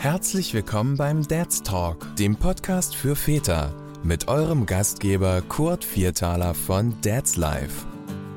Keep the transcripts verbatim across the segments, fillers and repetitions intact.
Herzlich willkommen beim Dad's Talk, dem Podcast für Väter, mit eurem Gastgeber Kurt Viertaler von Dad's Life.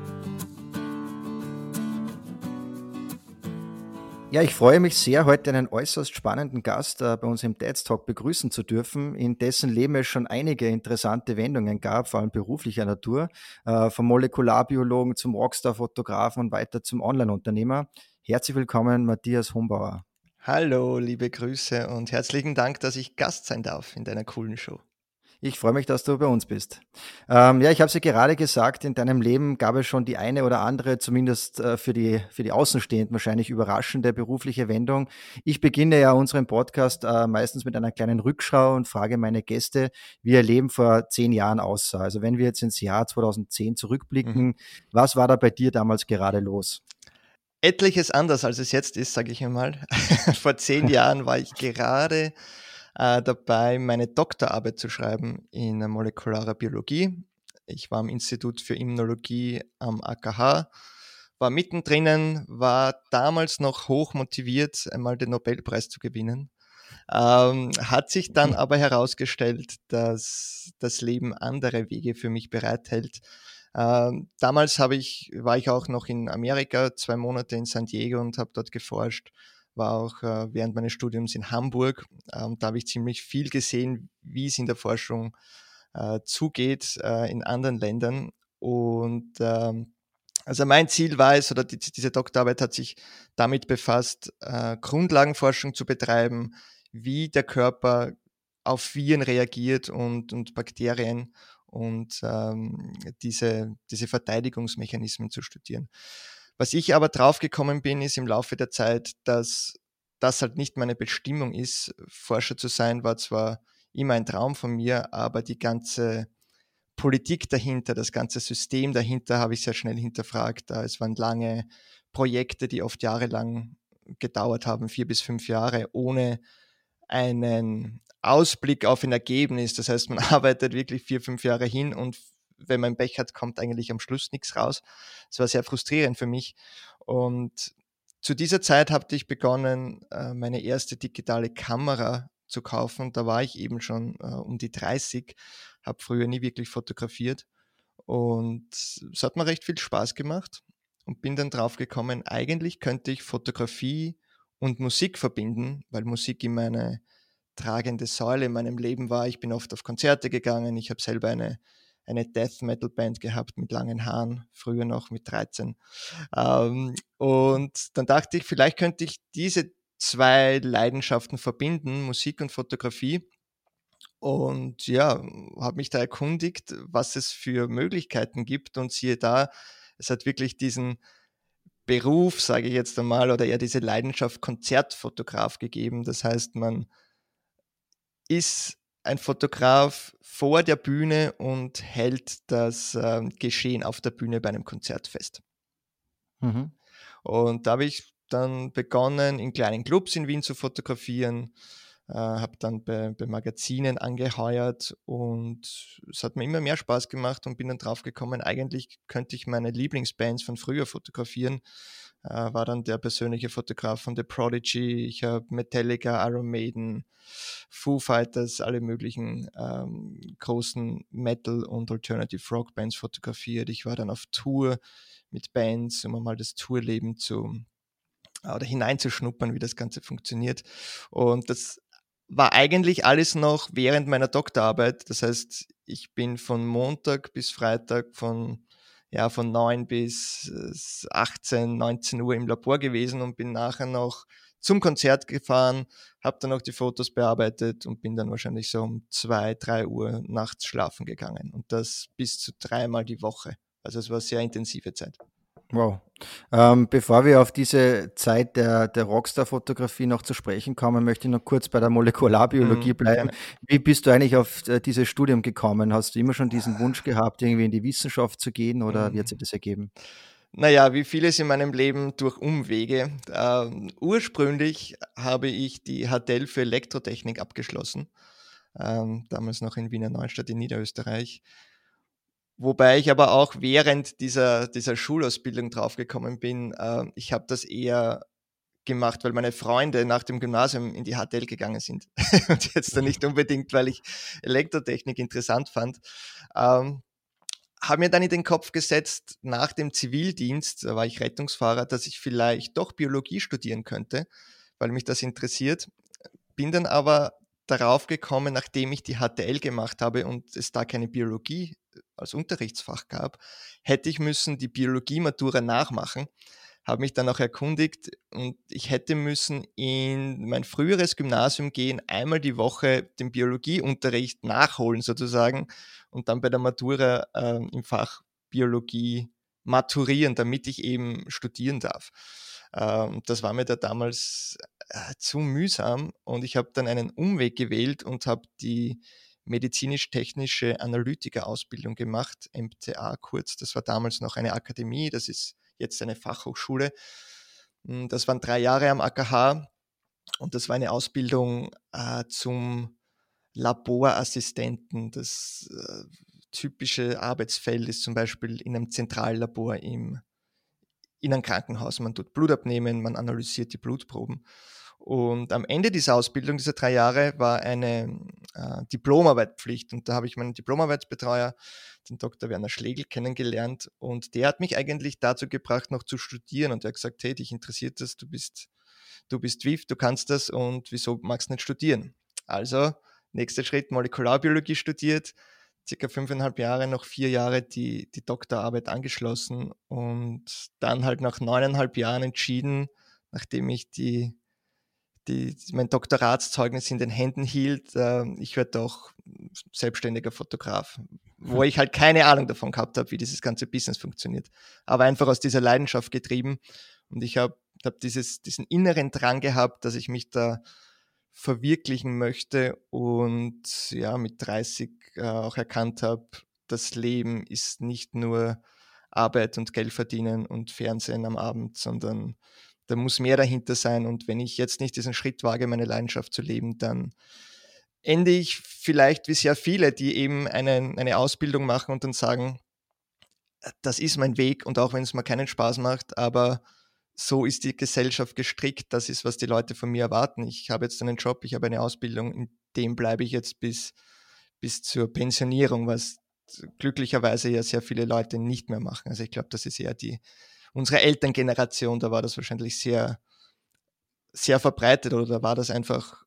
Ja, ich freue mich sehr, heute einen äußerst spannenden Gast äh, bei uns im Dad's Talk begrüßen zu dürfen, in dessen Leben es schon einige interessante Wendungen gab, vor allem beruflicher Natur, äh, vom Molekularbiologen zum Rockstar-Fotografen und weiter zum Online-Unternehmer. Herzlich willkommen, Matthias Hombauer. Hallo, liebe Grüße und herzlichen Dank, dass ich Gast sein darf in deiner coolen Show. Ich freue mich, dass du bei uns bist. Ähm, ja, ich habe es ja gerade gesagt, in deinem Leben gab es schon die eine oder andere, zumindest äh, für die, für die Außenstehenden wahrscheinlich überraschende berufliche Wendung. Ich beginne ja unseren Podcast äh, meistens mit einer kleinen Rückschau und frage meine Gäste, wie ihr Leben vor zehn Jahren aussah. Also wenn wir jetzt ins Jahr zweitausendzehn zurückblicken, mhm. was war da bei dir damals gerade los? Etliches anders, als es jetzt ist, sage ich einmal. Vor zehn Jahren war ich gerade äh, dabei, meine Doktorarbeit zu schreiben in molekularer Biologie. Ich war am Institut für Immunologie am A K H, war mittendrin, war damals noch hoch motiviert, einmal den Nobelpreis zu gewinnen. Ähm, hat sich dann aber herausgestellt, dass das Leben andere Wege für mich bereithält. Ähm, damals habe ich, war ich auch noch in Amerika, zwei Monate in San Diego und habe dort geforscht, war auch äh, während meines Studiums in Hamburg. Ähm, da habe ich ziemlich viel gesehen, wie es in der Forschung äh, zugeht äh, in anderen Ländern. Und ähm, also mein Ziel war es, oder die, diese Doktorarbeit hat sich damit befasst, äh, Grundlagenforschung zu betreiben, wie der Körper auf Viren reagiert und, und Bakterien und ähm, diese, diese Verteidigungsmechanismen zu studieren. Was ich aber draufgekommen bin, ist im Laufe der Zeit, dass das halt nicht meine Bestimmung ist. Forscher zu sein war zwar immer ein Traum von mir, aber die ganze Politik dahinter, das ganze System dahinter habe ich sehr schnell hinterfragt. Es waren lange Projekte, die oft jahrelang gedauert haben, vier bis fünf Jahre, ohne einen Ausblick auf ein Ergebnis. Das heißt, man arbeitet wirklich vier, fünf Jahre hin und wenn man Pech hat, kommt eigentlich am Schluss nichts raus. Das war sehr frustrierend für mich. Und zu dieser Zeit hatte ich begonnen, meine erste digitale Kamera zu kaufen. Da war ich eben schon äh, um die dreißig, habe früher nie wirklich fotografiert und es hat mir recht viel Spaß gemacht und bin dann drauf gekommen, eigentlich könnte ich Fotografie und Musik verbinden, weil Musik immer eine tragende Säule in meinem Leben war. Ich bin oft auf Konzerte gegangen, ich habe selber eine, eine Death-Metal-Band gehabt mit langen Haaren, früher noch mit dreizehn. Ähm, und dann dachte ich, vielleicht könnte ich diese zwei Leidenschaften verbinden, Musik und Fotografie. Und ja, habe mich da erkundigt, was es für Möglichkeiten gibt. Und siehe da, es hat wirklich diesen Beruf, sage ich jetzt einmal, oder eher diese Leidenschaft Konzertfotograf gegeben. Das heißt, man ist ein Fotograf vor der Bühne und hält das äh, Geschehen auf der Bühne bei einem Konzert fest. Mhm. Und da habe ich dann begonnen, in kleinen Clubs in Wien zu fotografieren, äh, habe dann bei, bei Magazinen angeheuert und es hat mir immer mehr Spaß gemacht und bin dann drauf gekommen, eigentlich könnte ich meine Lieblingsbands von früher fotografieren. Äh, war dann der persönliche Fotograf von The Prodigy, ich habe Metallica, Iron Maiden, Foo Fighters, alle möglichen ähm, großen Metal- und Alternative Rock Bands fotografiert. Ich war dann auf Tour mit Bands, um mal das Tourleben zu oder hineinzuschnuppern, wie das Ganze funktioniert. Und das war eigentlich alles noch während meiner Doktorarbeit. Das heißt, ich bin von Montag bis Freitag von, ja, von neun bis achtzehn, neunzehn Uhr im Labor gewesen und bin nachher noch zum Konzert gefahren, habe dann noch die Fotos bearbeitet und bin dann wahrscheinlich so um zwei, drei Uhr nachts schlafen gegangen. Und das bis zu dreimal die Woche. Also es war eine sehr intensive Zeit. Wow. Ähm, bevor wir auf diese Zeit der, der Rockstar-Fotografie noch zu sprechen kommen, möchte ich noch kurz bei der Molekularbiologie mm, bleiben. Gerne. Wie bist du eigentlich auf äh, dieses Studium gekommen? Hast du immer schon diesen Wunsch gehabt, irgendwie in die Wissenschaft zu gehen oder mm. wie hat sich das ergeben? Naja, wie vieles in meinem Leben durch Umwege. Ähm, ursprünglich habe ich die H T L für Elektrotechnik abgeschlossen, ähm, damals noch in Wiener Neustadt in Niederösterreich. Wobei ich aber auch während dieser, dieser Schulausbildung draufgekommen bin, äh, ich habe das eher gemacht, weil meine Freunde nach dem Gymnasium in die H T L gegangen sind und jetzt dann nicht unbedingt, weil ich Elektrotechnik interessant fand. Ähm, habe mir dann in den Kopf gesetzt, nach dem Zivildienst, da war ich Rettungsfahrer, dass ich vielleicht doch Biologie studieren könnte, weil mich das interessiert. Bin dann aber darauf gekommen, nachdem ich die H T L gemacht habe und es da keine Biologie als Unterrichtsfach gab, hätte ich müssen die Biologie-Matura nachmachen. Habe mich dann auch erkundigt und ich hätte müssen in mein früheres Gymnasium gehen, einmal die Woche den Biologieunterricht nachholen sozusagen und dann bei der Matura äh, im Fach Biologie maturieren, damit ich eben studieren darf. Ähm, das war mir da damals äh, zu mühsam und ich habe dann einen Umweg gewählt und habe die medizinisch-technische Analytiker-Ausbildung gemacht, M T A kurz. Das war damals noch eine Akademie, das ist jetzt eine Fachhochschule. Das waren drei Jahre am A K H und das war eine Ausbildung äh, zum Laborassistenten. Das äh, typische Arbeitsfeld ist zum Beispiel in einem Zentrallabor im, in einem Krankenhaus. Man tut Blut abnehmen, man analysiert die Blutproben. Und am Ende dieser Ausbildung, dieser drei Jahre, war eine äh, Diplomarbeitspflicht. Und da habe ich meinen Diplomarbeitsbetreuer, den Doktor Werner Schlegel, kennengelernt. Und der hat mich eigentlich dazu gebracht, noch zu studieren. Und er hat gesagt, hey, dich interessiert das, du bist, du bist W I F, du kannst das und wieso magst du nicht studieren? Also, nächster Schritt, Molekularbiologie studiert, circa fünfeinhalb Jahre, noch vier Jahre die, die Doktorarbeit angeschlossen und dann halt nach neuneinhalb Jahren entschieden, nachdem ich die Die, mein Doktoratszeugnis in den Händen hielt, äh, ich werde doch selbstständiger Fotograf, wo ich halt keine Ahnung davon gehabt habe, wie dieses ganze Business funktioniert. Aber einfach aus dieser Leidenschaft getrieben und ich habe hab dieses, diesen inneren Drang gehabt, dass ich mich da verwirklichen möchte und ja, mit dreißig äh, auch erkannt habe, das Leben ist nicht nur Arbeit und Geld verdienen und Fernsehen am Abend, sondern da muss mehr dahinter sein und wenn ich jetzt nicht diesen Schritt wage, meine Leidenschaft zu leben, dann ende ich vielleicht wie sehr viele, die eben eine, eine Ausbildung machen und dann sagen, das ist mein Weg und auch wenn es mir keinen Spaß macht, aber so ist die Gesellschaft gestrickt, das ist, was die Leute von mir erwarten. Ich habe jetzt einen Job, ich habe eine Ausbildung, in dem bleibe ich jetzt bis, bis zur Pensionierung, was glücklicherweise ja sehr viele Leute nicht mehr machen. Also ich glaube, das ist eher die unsere Elterngeneration, da war das wahrscheinlich sehr, sehr verbreitet oder da war das einfach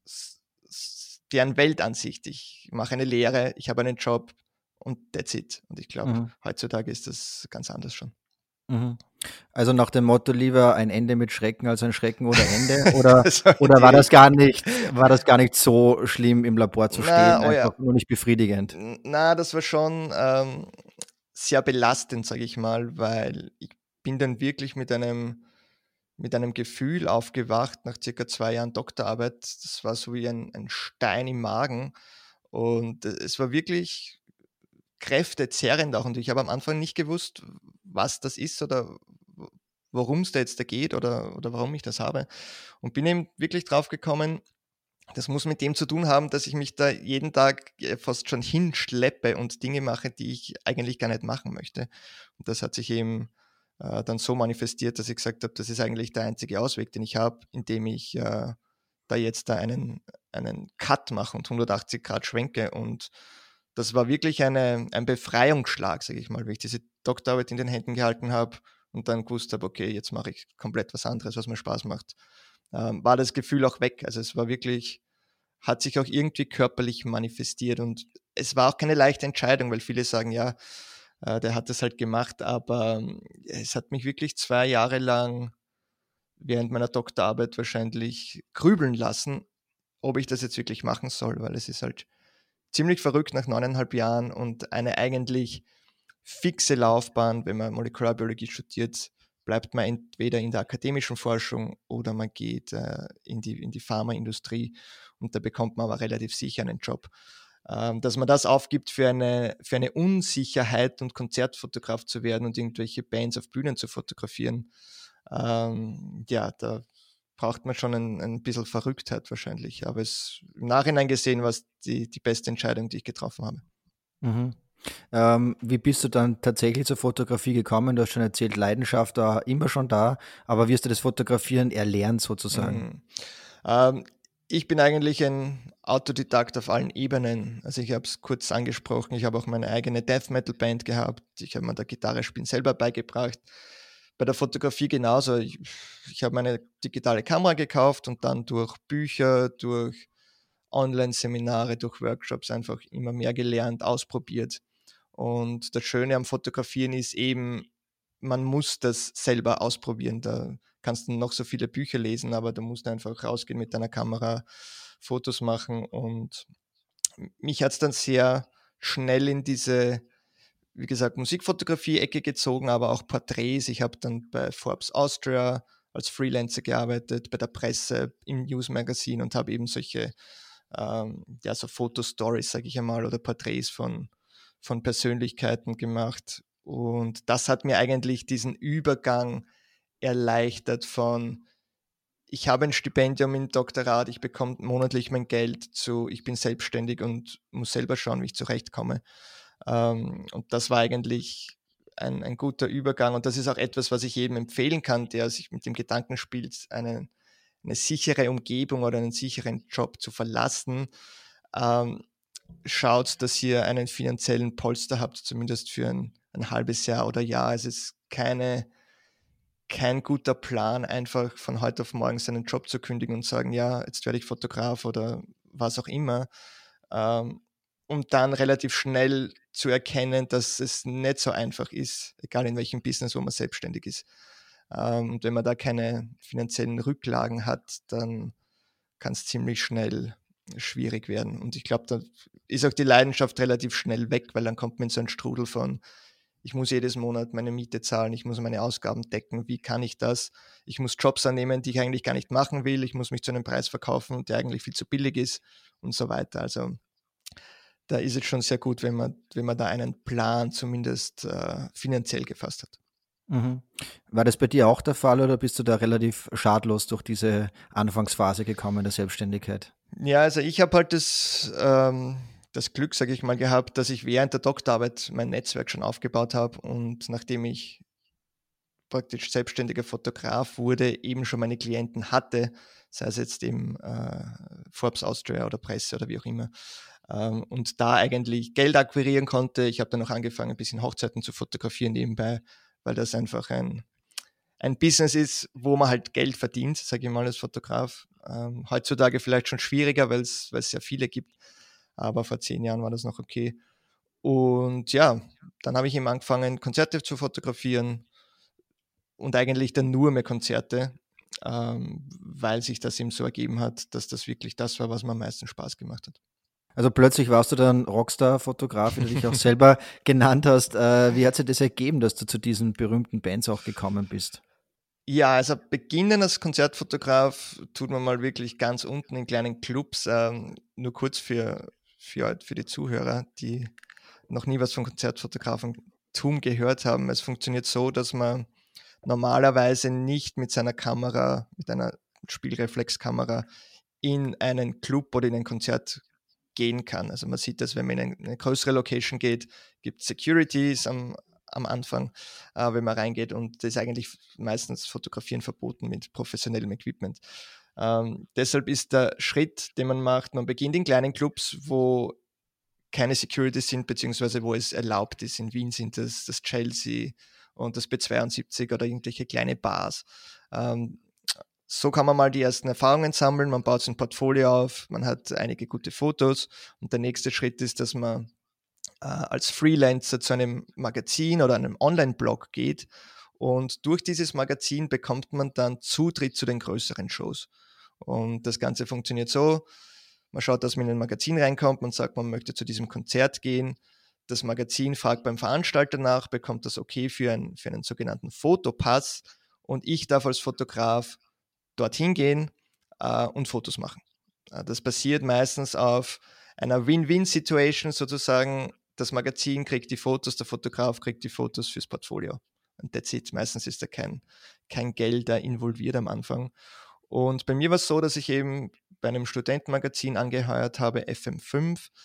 deren Weltansicht. Ich mache eine Lehre, ich habe einen Job und that's it. Und ich glaube, mhm. heutzutage ist das ganz anders schon. Mhm. Also nach dem Motto lieber ein Ende mit Schrecken als ein Schrecken ohne Ende? Oder, oder war das gar nicht, war das gar nicht so schlimm, im Labor zu stehen, na, oh einfach ja. nur nicht befriedigend? Na, das war schon ähm, sehr belastend, sage ich mal, weil ich bin dann wirklich mit einem, mit einem Gefühl aufgewacht nach circa zwei Jahren Doktorarbeit. Das war so wie ein, ein Stein im Magen und es war wirklich kräftezerrend auch und ich habe am Anfang nicht gewusst, was das ist oder worum es da jetzt da geht oder, oder warum ich das habe und bin eben wirklich drauf gekommen, das muss mit dem zu tun haben, dass ich mich da jeden Tag fast schon hinschleppe und Dinge mache, die ich eigentlich gar nicht machen möchte. Und das hat sich eben äh, dann so manifestiert, dass ich gesagt habe, das ist eigentlich der einzige Ausweg, den ich habe, indem ich äh, da jetzt da einen, einen Cut mache und hundertachtzig Grad schwenke. Und das war wirklich eine, ein Befreiungsschlag, sage ich mal, wie ich diese Doktorarbeit in den Händen gehalten habe und dann gewusst habe, okay, jetzt mache ich komplett was anderes, was mir Spaß macht. Ähm, war das Gefühl auch weg. Also es war wirklich, hat sich auch irgendwie körperlich manifestiert und es war auch keine leichte Entscheidung, weil viele sagen, ja, äh, der hat das halt gemacht, aber ähm, es hat mich wirklich zwei Jahre lang während meiner Doktorarbeit wahrscheinlich grübeln lassen, ob ich das jetzt wirklich machen soll, weil es ist halt ziemlich verrückt nach neuneinhalb Jahren und eine eigentlich fixe Laufbahn, wenn man Molekularbiologie studiert, bleibt man entweder in der akademischen Forschung oder man geht äh, in die, in die Pharmaindustrie und da bekommt man aber relativ sicher einen Job. Ähm, dass man das aufgibt für eine, für eine Unsicherheit und Konzertfotograf zu werden und irgendwelche Bands auf Bühnen zu fotografieren, ähm, ja, da braucht man schon ein, ein bisschen Verrücktheit wahrscheinlich. Aber es, im Nachhinein gesehen war es die, die beste Entscheidung, die ich getroffen habe. Mhm. Ähm, wie bist du dann tatsächlich zur Fotografie gekommen? Du hast schon erzählt, Leidenschaft war immer schon da, aber wie hast du das Fotografieren erlernt sozusagen? Mhm. Ähm, Ich bin eigentlich ein Autodidakt auf allen Ebenen. Also ich habe es kurz angesprochen, ich habe auch meine eigene Death Metal Band gehabt. Ich habe mir da Gitarre spielen selber beigebracht. Bei der Fotografie genauso. Ich, ich habe meine digitale Kamera gekauft und dann durch Bücher, durch Online-Seminare, durch Workshops einfach immer mehr gelernt, ausprobiert. Und das Schöne am Fotografieren ist eben, man muss das selber ausprobieren. Da kannst du noch so viele Bücher lesen, aber du musst einfach rausgehen mit deiner Kamera, Fotos machen. Und mich hat es dann sehr schnell in diese, wie gesagt, Musikfotografie-Ecke gezogen, aber auch Porträts. Ich habe dann bei Forbes Austria als Freelancer gearbeitet, bei der Presse, im News Magazine und habe eben solche, ähm, ja, so Fotostories, sage ich einmal, oder Porträts von, von Persönlichkeiten gemacht. Und das hat mir eigentlich diesen Übergang erleichtert von, ich habe ein Stipendium im Doktorat, ich bekomme monatlich mein Geld zu, ich bin selbstständig und muss selber schauen, wie ich zurechtkomme. Ähm, und das war eigentlich ein, ein guter Übergang. Und das ist auch etwas, was ich jedem empfehlen kann, der sich mit dem Gedanken spielt, eine, eine sichere Umgebung oder einen sicheren Job zu verlassen. Ähm, Schaut, dass ihr einen finanziellen Polster habt, zumindest für ein, ein halbes Jahr oder Jahr. Es ist keine kein guter Plan, einfach von heute auf morgen seinen Job zu kündigen und sagen, ja, jetzt werde ich Fotograf oder was auch immer. Ähm, und dann relativ schnell zu erkennen, dass es nicht so einfach ist, egal in welchem Business, wo man selbstständig ist. Ähm, und wenn man da keine finanziellen Rücklagen hat, dann kann es ziemlich schnell schwierig werden. Und ich glaube, da ist auch die Leidenschaft relativ schnell weg, weil dann kommt man in so einen Strudel von, ich muss jedes Monat meine Miete zahlen, ich muss meine Ausgaben decken, wie kann ich das? Ich muss Jobs annehmen, die ich eigentlich gar nicht machen will, ich muss mich zu einem Preis verkaufen, der eigentlich viel zu billig ist und so weiter. Also da ist es schon sehr gut, wenn man, wenn man da einen Plan zumindest äh, finanziell gefasst hat. Mhm. War das bei dir auch der Fall oder bist du da relativ schadlos durch diese Anfangsphase gekommen der Selbstständigkeit? Ja, also ich habe halt das, ähm, das Glück, sage ich mal, gehabt, dass ich während der Doktorarbeit mein Netzwerk schon aufgebaut habe und nachdem ich praktisch selbstständiger Fotograf wurde, eben schon meine Klienten hatte, sei es jetzt im äh, Forbes Austria oder Presse oder wie auch immer, ähm, und da eigentlich Geld akquirieren konnte. Ich habe dann auch angefangen, ein bisschen Hochzeiten zu fotografieren nebenbei, weil das einfach ein, ein Business ist, wo man halt Geld verdient, sage ich mal als Fotograf. Ähm, heutzutage vielleicht schon schwieriger, weil es sehr viele gibt, aber vor zehn Jahren war das noch okay. Und ja, dann habe ich eben angefangen, Konzerte zu fotografieren, und eigentlich dann nur mehr Konzerte, ähm, weil sich das eben so ergeben hat, dass das wirklich das war, was mir am meisten Spaß gemacht hat. Also plötzlich warst du dann Rockstar-Fotograf, wie du dich auch selber genannt hast. Äh, wie hat sich das ergeben, dass du zu diesen berühmten Bands auch gekommen bist? Ja, also beginnen als Konzertfotograf tut man mal wirklich ganz unten in kleinen Clubs. Ähm, nur kurz für, für, für die Zuhörer, die noch nie was von Konzertfotografentum gehört haben. Es funktioniert so, dass man normalerweise nicht mit seiner Kamera, mit einer Spielreflexkamera in einen Club oder in ein Konzert gehen kann. Also man sieht das, wenn man in eine größere Location geht, gibt es Securities am, am Anfang, äh, wenn man reingeht, und das ist eigentlich meistens Fotografieren verboten mit professionellem Equipment. Ähm, deshalb ist der Schritt, den man macht, man beginnt in kleinen Clubs, wo keine Securities sind, beziehungsweise wo es erlaubt ist. In Wien sind das das Chelsea und das B zweiundsiebzig oder irgendwelche kleine Bars. Ähm, so kann man mal die ersten Erfahrungen sammeln, man baut sein Portfolio auf, man hat einige gute Fotos, und der nächste Schritt ist, dass man äh, als Freelancer zu einem Magazin oder einem Online-Blog geht, und durch dieses Magazin bekommt man dann Zutritt zu den größeren Shows. Und das Ganze funktioniert so: Man schaut, dass man in ein Magazin reinkommt, man sagt, man möchte zu diesem Konzert gehen. Das Magazin fragt beim Veranstalter nach, bekommt das okay für, ein, für einen sogenannten Fotopass, und ich darf als Fotograf dorthin gehen äh, und Fotos machen. Äh, das basiert meistens auf einer Win-Win-Situation sozusagen. Das Magazin kriegt die Fotos, der Fotograf kriegt die Fotos fürs Portfolio. Und that's it. Meistens ist da kein, kein Geld da involviert am Anfang. Und bei mir war es so, dass ich eben bei einem Studentenmagazin angeheuert habe, F M fünf.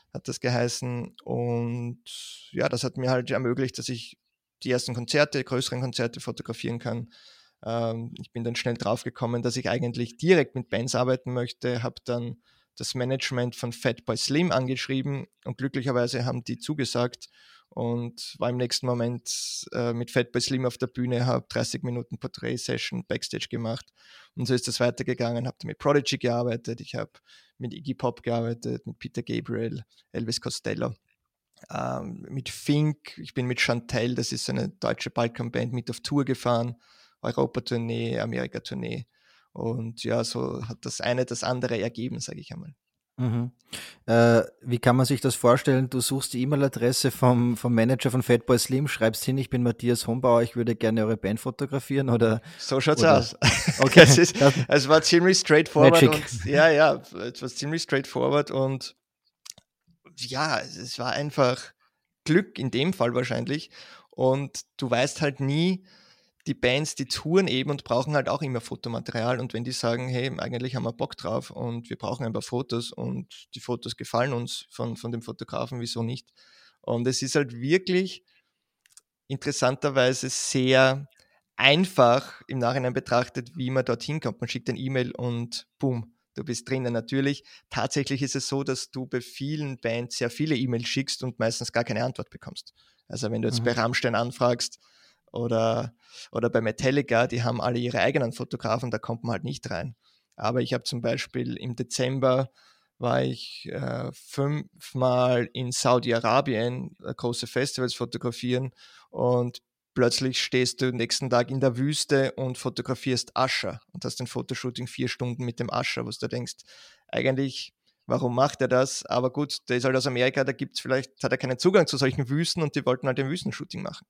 hat das geheißen. Und ja, das hat mir halt ermöglicht, dass ich die ersten Konzerte, größeren Konzerte fotografieren kann. Ähm, ich bin dann schnell draufgekommen, dass ich eigentlich direkt mit Bands arbeiten möchte, habe dann das Management von Fatboy Slim angeschrieben und glücklicherweise haben die zugesagt und war im nächsten Moment äh, mit Fatboy Slim auf der Bühne, habe dreißig Minuten Porträt-Session Backstage gemacht und so ist das weitergegangen, habe mit Prodigy gearbeitet, ich habe mit Iggy Pop gearbeitet, mit Peter Gabriel, Elvis Costello, ähm, mit Fink, ich bin mit Chantel, das ist eine deutsche Balkanband, mit auf Tour gefahren, Europa-Tournee, Amerika-Tournee. Und ja, so hat das eine das andere ergeben, sage ich einmal. Mhm. Äh, wie kann man sich das vorstellen? Du suchst die E-Mail-Adresse vom, vom Manager von Fatboy Slim, schreibst hin, ich bin Matthias Hombauer, ich würde gerne eure Band fotografieren, oder? So schaut's oder? aus. Okay. es, ist, es war ziemlich straightforward. Magic. Und, ja, ja, es war ziemlich straightforward und ja, es war einfach Glück in dem Fall wahrscheinlich. Und du weißt halt nie, die Bands, die touren eben und brauchen halt auch immer Fotomaterial und wenn die sagen, hey, eigentlich haben wir Bock drauf und wir brauchen ein paar Fotos und die Fotos gefallen uns von, von dem Fotografen, wieso nicht? Und es ist halt wirklich interessanterweise sehr einfach im Nachhinein betrachtet, wie man dorthin kommt. Man schickt ein E-Mail und boom, du bist drinnen. Natürlich, tatsächlich ist es so, dass du bei vielen Bands sehr viele E-Mails schickst und meistens gar keine Antwort bekommst. Also wenn du jetzt mhm. bei Rammstein anfragst, Oder, oder bei Metallica, die haben alle ihre eigenen Fotografen, da kommt man halt nicht rein. Aber ich habe zum Beispiel im Dezember war ich äh, fünfmal in Saudi-Arabien äh, große Festivals fotografieren und plötzlich stehst du den nächsten Tag in der Wüste und fotografierst Usher und hast ein Fotoshooting vier Stunden mit dem Usher, wo du denkst, eigentlich, warum macht er das? Aber gut, der ist halt aus Amerika, da gibt's vielleicht, hat er keinen Zugang zu solchen Wüsten und die wollten halt ein Wüstenshooting machen.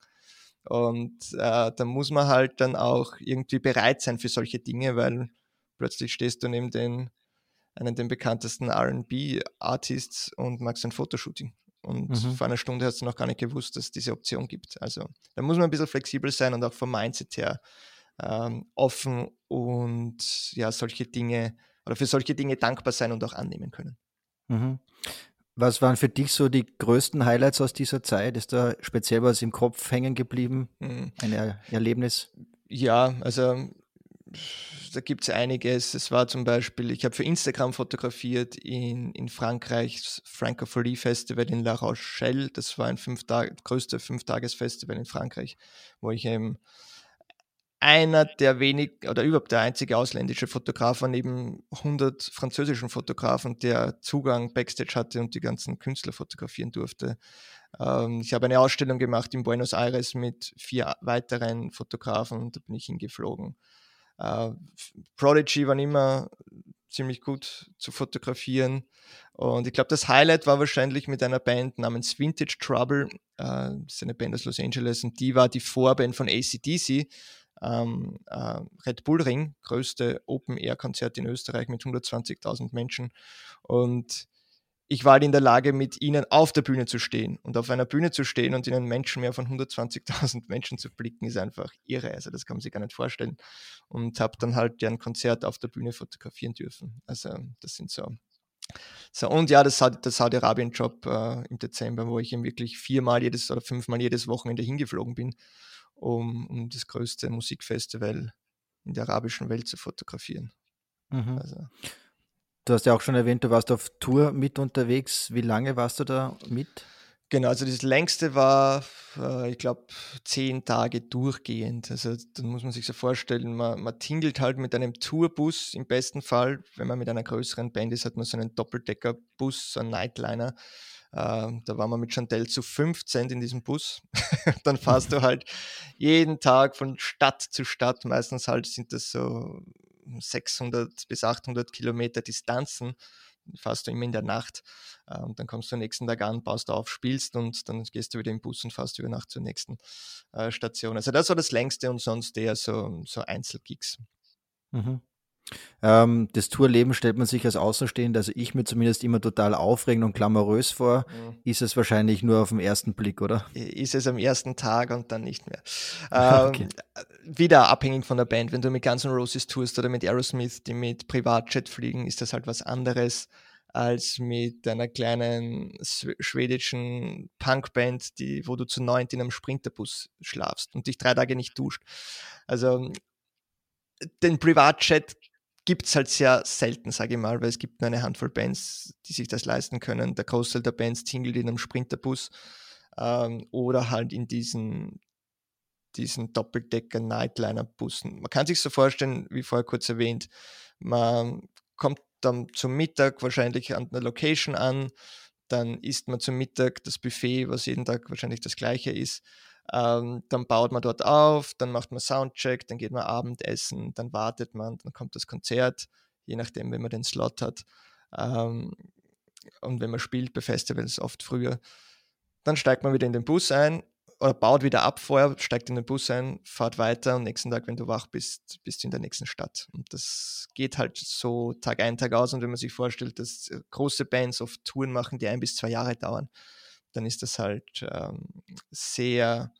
Und äh, da muss man halt dann auch irgendwie bereit sein für solche Dinge, weil plötzlich stehst du neben den, einen der bekanntesten R and B-Artists und machst ein Fotoshooting. Und mhm. vor einer Stunde hast du noch gar nicht gewusst, dass es diese Option gibt. Also da muss man ein bisschen flexibel sein und auch vom Mindset her ähm, offen und ja, solche Dinge oder für solche Dinge dankbar sein und auch annehmen können. Mhm. Was waren für dich so die größten Highlights aus dieser Zeit? Ist da speziell was im Kopf hängen geblieben? Mhm. Ein er- Erlebnis? Ja, also da gibt es einiges. Es war zum Beispiel, ich habe für Instagram fotografiert in, in Frankreich, das Francophonie Festival in La Rochelle. Das war ein fünf Tage, größte Fünf-Tages-Festival in Frankreich, wo ich eben einer der wenig oder überhaupt der einzige ausländische Fotograf war neben hundert französischen Fotografen, der Zugang Backstage hatte und die ganzen Künstler fotografieren durfte. Ähm, ich habe eine Ausstellung gemacht in Buenos Aires mit vier weiteren Fotografen und da bin ich hingeflogen. Äh, Prodigy waren immer ziemlich gut zu fotografieren und ich glaube, das Highlight war wahrscheinlich mit einer Band namens Vintage Trouble. Äh, das ist eine Band aus Los Angeles und die war die Vorband von A C D C. Ähm, äh, Red Bull Ring, größte Open-Air-Konzert in Österreich mit hundertzwanzigtausend Menschen und ich war halt in der Lage, mit ihnen auf der Bühne zu stehen und auf einer Bühne zu stehen und in ein Menschenmeer von hundertzwanzigtausend Menschen zu blicken, ist einfach irre, also das kann man sich gar nicht vorstellen und habe dann halt deren Konzert auf der Bühne fotografieren dürfen, also das sind so So, und ja, das, der Saudi-Arabien-Job äh, im Dezember, wo ich eben wirklich viermal jedes oder fünfmal jedes Wochenende hingeflogen bin, um, um das größte Musikfestival in der arabischen Welt zu fotografieren. Mhm. Also. Du hast ja auch schon erwähnt, du warst auf Tour mit unterwegs. Wie lange warst du da mit? Genau, also das längste war, äh, ich glaube, zehn Tage durchgehend. Also dann muss man sich so vorstellen, man, man tingelt halt mit einem Tourbus im besten Fall. Wenn man mit einer größeren Band ist, hat man so einen Doppeldeckerbus, so einen Nightliner. Äh, da waren wir mit Chantel zu fünfzehn in diesem Bus. Dann fährst du halt jeden Tag von Stadt zu Stadt. Meistens halt sind das so sechshundert bis achthundert Kilometer Distanzen. Fährst du immer in der Nacht äh, und dann kommst du am nächsten Tag an, baust auf, spielst und dann gehst du wieder im Bus und fährst über Nacht zur nächsten äh, Station. Also das war das längste und sonst eher so, so Einzelgigs. Mhm. Ähm, das Tourleben stellt man sich als Außenstehender, also ich mir zumindest immer total aufregend und glamourös vor. Mhm. Ist es wahrscheinlich nur auf den ersten Blick, oder? Ist es am ersten Tag und dann nicht mehr. Ähm, okay. Wieder abhängig von der Band. Wenn du mit Guns N' Roses tourst oder mit Aerosmith, die mit Privatjet fliegen, ist das halt was anderes. als mit einer kleinen schwedischen Punkband, die, wo du zu neunt in einem Sprinterbus schlafst und dich drei Tage nicht duscht. Also den Privatchat gibt es halt sehr selten, sage ich mal, weil es gibt nur eine Handvoll Bands, die sich das leisten können. Der Großteil der Bands tingelt in einem Sprinterbus ähm, oder halt in diesen, diesen Doppeldecker-Nightliner-Bussen. Man kann sich so vorstellen, wie vorher kurz erwähnt, man kommt dann zum Mittag wahrscheinlich an einer Location an, dann isst man zum Mittag das Buffet, was jeden Tag wahrscheinlich das gleiche ist. Ähm, dann baut man dort auf, dann macht man Soundcheck, dann geht man Abendessen, dann wartet man, dann kommt das Konzert, je nachdem, wenn man den Slot hat. Ähm, und wenn man spielt bei Festivals oft früher, dann steigt man wieder in den Bus ein oder baut wieder ab vorher, steigt in den Bus ein, fahrt weiter und nächsten Tag, wenn du wach bist, bist du in der nächsten Stadt. Und das geht halt so Tag ein, Tag aus. Und wenn man sich vorstellt, dass große Bands oft Touren machen, die ein bis zwei Jahre dauern, dann ist das halt ähm, sehr,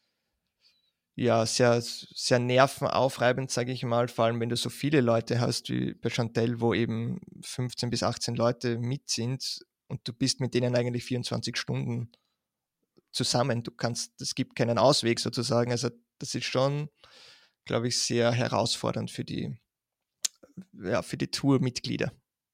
ja, sehr, sehr nervenaufreibend, sage ich mal, vor allem wenn du so viele Leute hast wie bei Chantelle, wo eben fünfzehn bis achtzehn Leute mit sind und du bist mit denen eigentlich vierundzwanzig Stunden zusammen. Du kannst, es gibt keinen Ausweg sozusagen. Also das ist schon, glaube ich, sehr herausfordernd für die, ja, für die Tourmitglieder.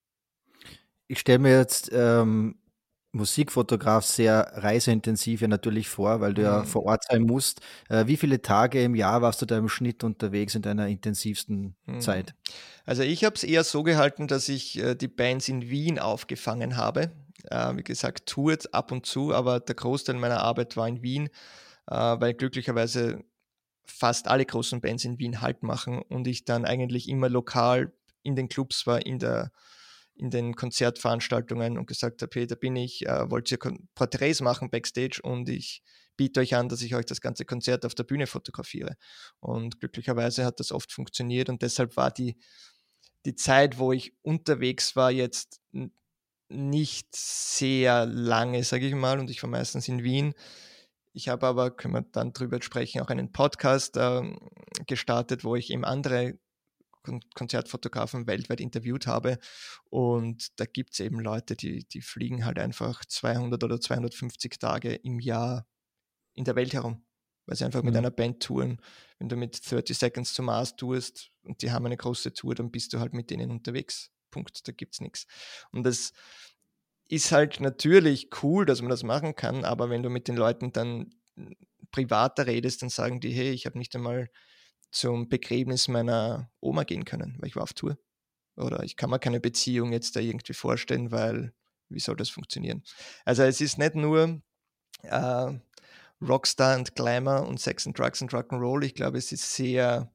Ich stelle mir jetzt ähm, Musikfotograf sehr reiseintensiv ja natürlich vor, weil du ja Mhm. vor Ort sein musst. Äh, wie viele Tage im Jahr warst du da im Schnitt unterwegs in deiner intensivsten Mhm. Zeit? Also ich habe es eher so gehalten, dass ich äh, die Bands in Wien aufgefangen habe. Äh, wie gesagt, tourt ab und zu, aber der Großteil meiner Arbeit war in Wien, äh, weil glücklicherweise fast alle großen Bands in Wien Halt machen und ich dann eigentlich immer lokal in den Clubs war, in, der, in den Konzertveranstaltungen und gesagt habe, hey, da bin ich, äh, wollt ihr Kon- Porträts machen Backstage und ich biete euch an, dass ich euch das ganze Konzert auf der Bühne fotografiere. Und glücklicherweise hat das oft funktioniert und deshalb war die, die Zeit, wo ich unterwegs war, jetzt n- nicht sehr lange, sage ich mal, und ich war meistens in Wien. Ich habe aber, können wir dann drüber sprechen, auch einen Podcast ähm, gestartet, wo ich eben andere Kon Konzertfotografen weltweit interviewt habe. Und da gibt es eben Leute, die, die fliegen halt einfach zweihundert oder zweihundertfünfzig Tage im Jahr in der Welt herum, weil sie einfach mit Mhm. einer Band touren. Wenn du mit dreißig Seconds to Mars tourst und die haben eine große Tour, dann bist du halt mit denen unterwegs. Punkt, da gibt es nichts. Und das ist halt natürlich cool, dass man das machen kann, aber wenn du mit den Leuten dann privater redest, dann sagen die, hey, ich habe nicht einmal zum Begräbnis meiner Oma gehen können, weil ich war auf Tour. Oder ich kann mir keine Beziehung jetzt da irgendwie vorstellen, weil wie soll das funktionieren? Also es ist nicht nur äh, Rockstar und Glamour und Sex and Drugs und Rock'n'Roll. Ich glaube, es ist sehr,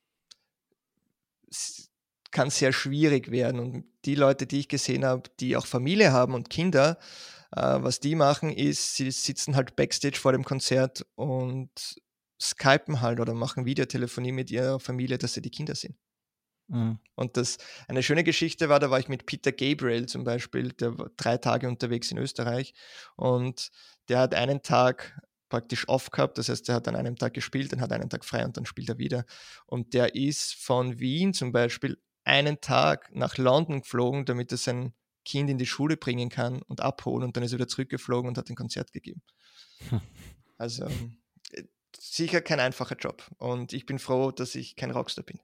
es kann sehr schwierig werden. Und die Leute, die ich gesehen habe, die auch Familie haben und Kinder, äh, was die machen, ist, sie sitzen halt Backstage vor dem Konzert und skypen halt oder machen Videotelefonie mit ihrer Familie, dass sie die Kinder sehen. Mhm. Und das, eine schöne Geschichte war, da war ich mit Peter Gabriel zum Beispiel, der war drei Tage unterwegs in Österreich und der hat einen Tag praktisch off gehabt, das heißt, der hat an einem Tag gespielt, dann hat einen Tag frei und dann spielt er wieder. Und der ist von Wien zum Beispiel einen Tag nach London geflogen, damit er sein Kind in die Schule bringen kann und abholen und dann ist er wieder zurückgeflogen und hat ein Konzert gegeben. Also sicher kein einfacher Job und ich bin froh, dass ich kein Rockstar bin.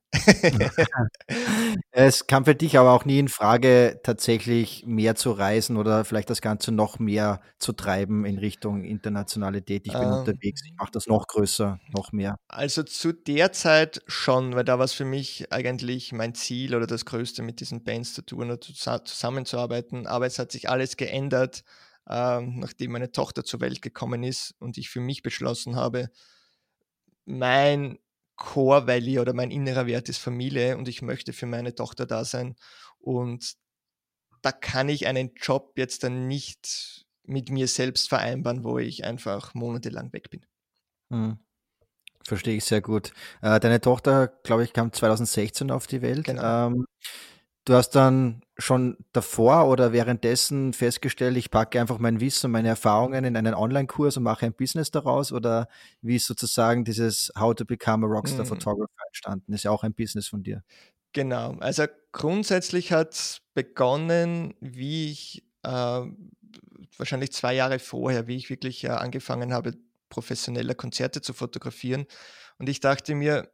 Es kam für dich aber auch nie in Frage, tatsächlich mehr zu reisen oder vielleicht das Ganze noch mehr zu treiben in Richtung Internationalität. Ich bin ähm, unterwegs, ich mache das noch größer, noch mehr. Also zu der Zeit schon, weil da war es für mich eigentlich mein Ziel oder das Größte, mit diesen Bands zu tun oder zusammenzuarbeiten. Aber es hat sich alles geändert, ähm, nachdem meine Tochter zur Welt gekommen ist und ich für mich beschlossen habe, mein Core Value oder mein innerer Wert ist Familie und ich möchte für meine Tochter da sein. Und da kann ich einen Job jetzt dann nicht mit mir selbst vereinbaren, wo ich einfach monatelang weg bin. Mhm. Verstehe ich sehr gut. Äh, deine Tochter, glaube ich, kam zwanzig sechzehn auf die Welt. Genau. Ähm, du hast dann schon davor oder währenddessen festgestellt, ich packe einfach mein Wissen und meine Erfahrungen in einen Online-Kurs und mache ein Business daraus? Oder wie ist sozusagen dieses How to Become a Rockstar Hm. Photographer entstanden? Ist ja auch ein Business von dir. Genau, also grundsätzlich hat es begonnen, wie ich äh, wahrscheinlich zwei Jahre vorher, wie ich wirklich äh, angefangen habe, professioneller Konzerte zu fotografieren. Und ich dachte mir,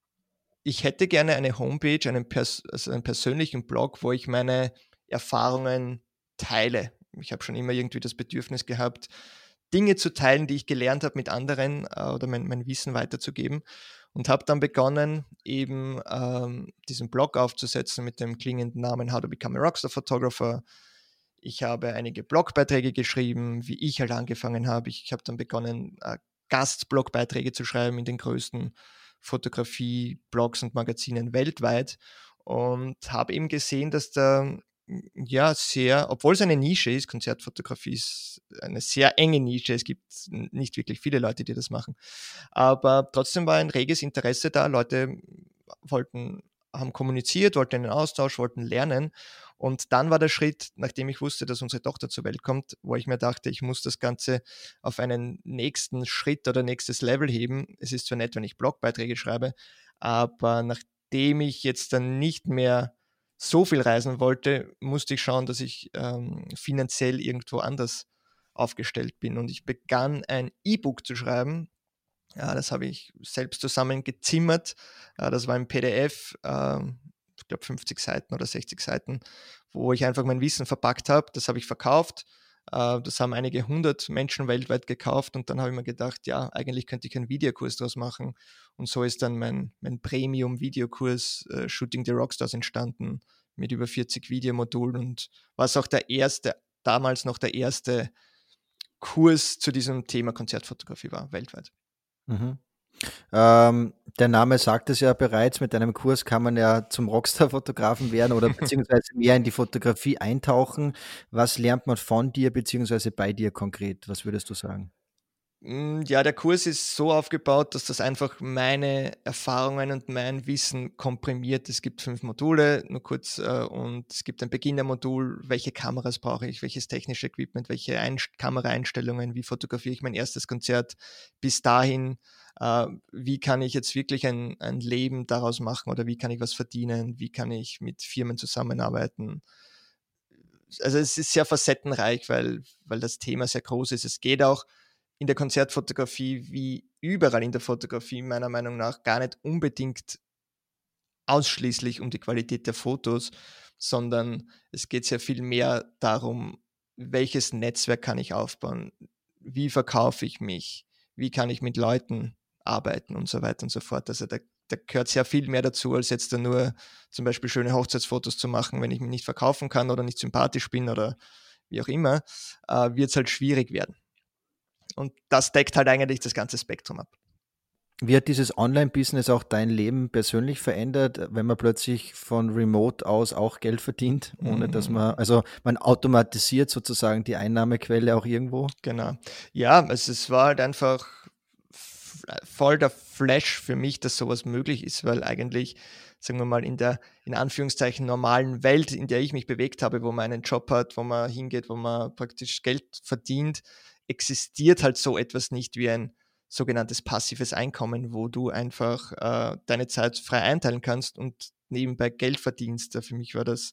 ich hätte gerne eine Homepage, einen, pers also einen persönlichen Blog, wo ich meine Erfahrungen teile. Ich habe schon immer irgendwie das Bedürfnis gehabt, Dinge zu teilen, die ich gelernt habe mit anderen äh, oder mein, mein Wissen weiterzugeben. Und habe dann begonnen, eben ähm, diesen Blog aufzusetzen mit dem klingenden Namen How to Become a Rockstar Photographer. Ich habe einige Blogbeiträge geschrieben, wie ich halt angefangen habe. Ich habe dann begonnen, äh, Gastblogbeiträge zu schreiben in den größten Fotografie-Blogs und Magazinen weltweit und habe eben gesehen, dass da ja sehr, obwohl es eine Nische ist, Konzertfotografie ist eine sehr enge Nische, es gibt nicht wirklich viele Leute, die das machen, aber trotzdem war ein reges Interesse da, Leute wollten, haben kommuniziert, wollten einen Austausch, wollten lernen und dann war der Schritt, nachdem ich wusste, dass unsere Tochter zur Welt kommt, wo ich mir dachte, ich muss das Ganze auf einen nächsten Schritt oder nächstes Level heben. Es ist zwar nett, wenn ich Blogbeiträge schreibe, aber nachdem ich jetzt dann nicht mehr so viel reisen wollte, musste ich schauen, dass ich ähm, finanziell irgendwo anders aufgestellt bin. Und ich begann ein E-Book zu schreiben. Ja, das habe ich selbst zusammengezimmert. Ja, das war ein P D F, äh, ich glaube fünfzig Seiten oder sechzig Seiten, wo ich einfach mein Wissen verpackt habe. Das habe ich verkauft. Äh, das haben einige hundert Menschen weltweit gekauft und dann habe ich mir gedacht, ja, eigentlich könnte ich einen Videokurs daraus machen. Und so ist dann mein, mein Premium-Videokurs äh, Shooting the Rockstars entstanden mit über vierzig Videomodulen und war es auch der erste, damals noch der erste Kurs zu diesem Thema Konzertfotografie war, weltweit. Mhm. Ähm, der Name sagt es ja bereits, mit einem Kurs kann man ja zum Rockstar-Fotografen werden oder beziehungsweise mehr in die Fotografie eintauchen. Was lernt man von dir beziehungsweise bei dir konkret? Was würdest du sagen? Mm, Ja, der Kurs ist so aufgebaut, dass das einfach meine Erfahrungen und mein Wissen komprimiert. Es gibt fünf Module, nur kurz, äh, und es gibt ein Beginnermodul, welche Kameras brauche ich, welches technische Equipment, welche Einst- Kameraeinstellungen, wie fotografiere ich mein erstes Konzert bis dahin, äh, wie kann ich jetzt wirklich ein, ein Leben daraus machen oder wie kann ich was verdienen, wie kann ich mit Firmen zusammenarbeiten. Also es ist sehr facettenreich, weil, weil das Thema sehr groß ist. Es geht auch in der Konzertfotografie wie überall in der Fotografie meiner Meinung nach gar nicht unbedingt ausschließlich um die Qualität der Fotos, sondern es geht sehr viel mehr darum, welches Netzwerk kann ich aufbauen, wie verkaufe ich mich, wie kann ich mit Leuten arbeiten und so weiter und so fort. Also da, da gehört sehr viel mehr dazu, als jetzt da nur zum Beispiel schöne Hochzeitsfotos zu machen, wenn ich mich nicht verkaufen kann oder nicht sympathisch bin oder wie auch immer, äh, wird es halt schwierig werden. Und das deckt halt eigentlich das ganze Spektrum ab. Wie hat dieses Online-Business auch dein Leben persönlich verändert, wenn man plötzlich von Remote aus auch Geld verdient, ohne dass man, Mm, also man automatisiert sozusagen die Einnahmequelle auch irgendwo? Genau. Ja, also es war halt einfach f- voll der Flash für mich, dass sowas möglich ist, weil eigentlich, sagen wir mal, in der in Anführungszeichen normalen Welt, in der ich mich bewegt habe, wo man einen Job hat, wo man hingeht, wo man praktisch Geld verdient, existiert halt so etwas nicht wie ein sogenanntes passives Einkommen, wo du einfach äh, deine Zeit frei einteilen kannst und nebenbei Geld verdienst. Für mich war das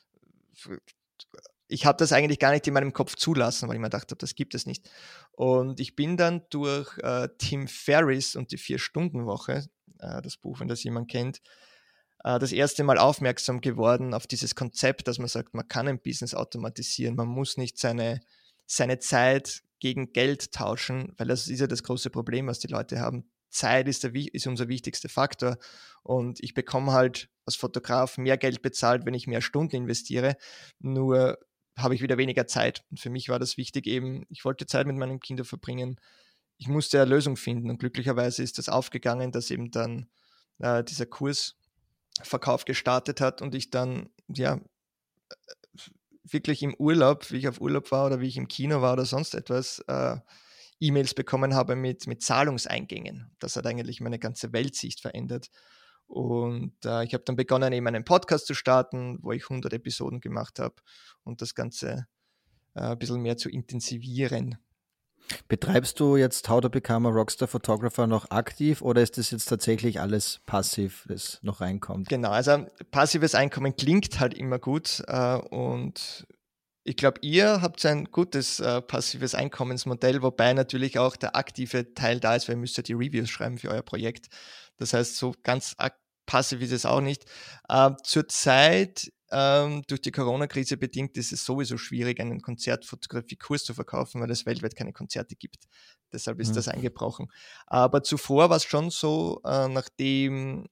ich habe das eigentlich gar nicht in meinem Kopf zulassen, weil ich mir gedacht habe, das gibt es nicht. Und ich bin dann durch äh, Tim Ferriss und die Vier-Stunden-Woche, äh, das Buch, wenn das jemand kennt, äh, das erste Mal aufmerksam geworden auf dieses Konzept, dass man sagt, man kann ein Business automatisieren, man muss nicht seine, seine Zeit gegen Geld tauschen, weil das ist ja das große Problem, was die Leute haben. Zeit ist, der, ist unser wichtigster Faktor und ich bekomme halt als Fotograf mehr Geld bezahlt, wenn ich mehr Stunden investiere. Nur habe ich wieder weniger Zeit. Und für mich war das wichtig eben, ich wollte Zeit mit meinen Kindern verbringen. Ich musste eine Lösung finden und glücklicherweise ist das aufgegangen, dass eben dann äh, dieser Kursverkauf gestartet hat und ich dann ja wirklich im Urlaub, wie ich auf Urlaub war oder wie ich im Kino war oder sonst etwas, äh, E-Mails bekommen habe mit, mit Zahlungseingängen. Das hat eigentlich meine ganze Weltsicht verändert. Und äh, ich habe dann begonnen, eben einen Podcast zu starten, wo ich hundert Episoden gemacht habe und das Ganze äh, ein bisschen mehr zu intensivieren. Betreibst du jetzt How to Become a Rockstar Photographer noch aktiv oder ist das jetzt tatsächlich alles passiv, das noch reinkommt? Genau, also passives Einkommen klingt halt immer gut äh, und ich glaube, ihr habt ein gutes äh, passives Einkommensmodell, wobei natürlich auch der aktive Teil da ist, weil ihr müsst ja die Reviews schreiben für euer Projekt. Das heißt, so ganz ak- passiv ist es auch nicht. Äh, zurzeit, ähm, durch die Corona-Krise bedingt, ist es sowieso schwierig, einen Konzertfotografie-Kurs zu verkaufen, weil es weltweit keine Konzerte gibt. Deshalb ist Mhm. das eingebrochen. Aber zuvor war es schon so, äh, nachdem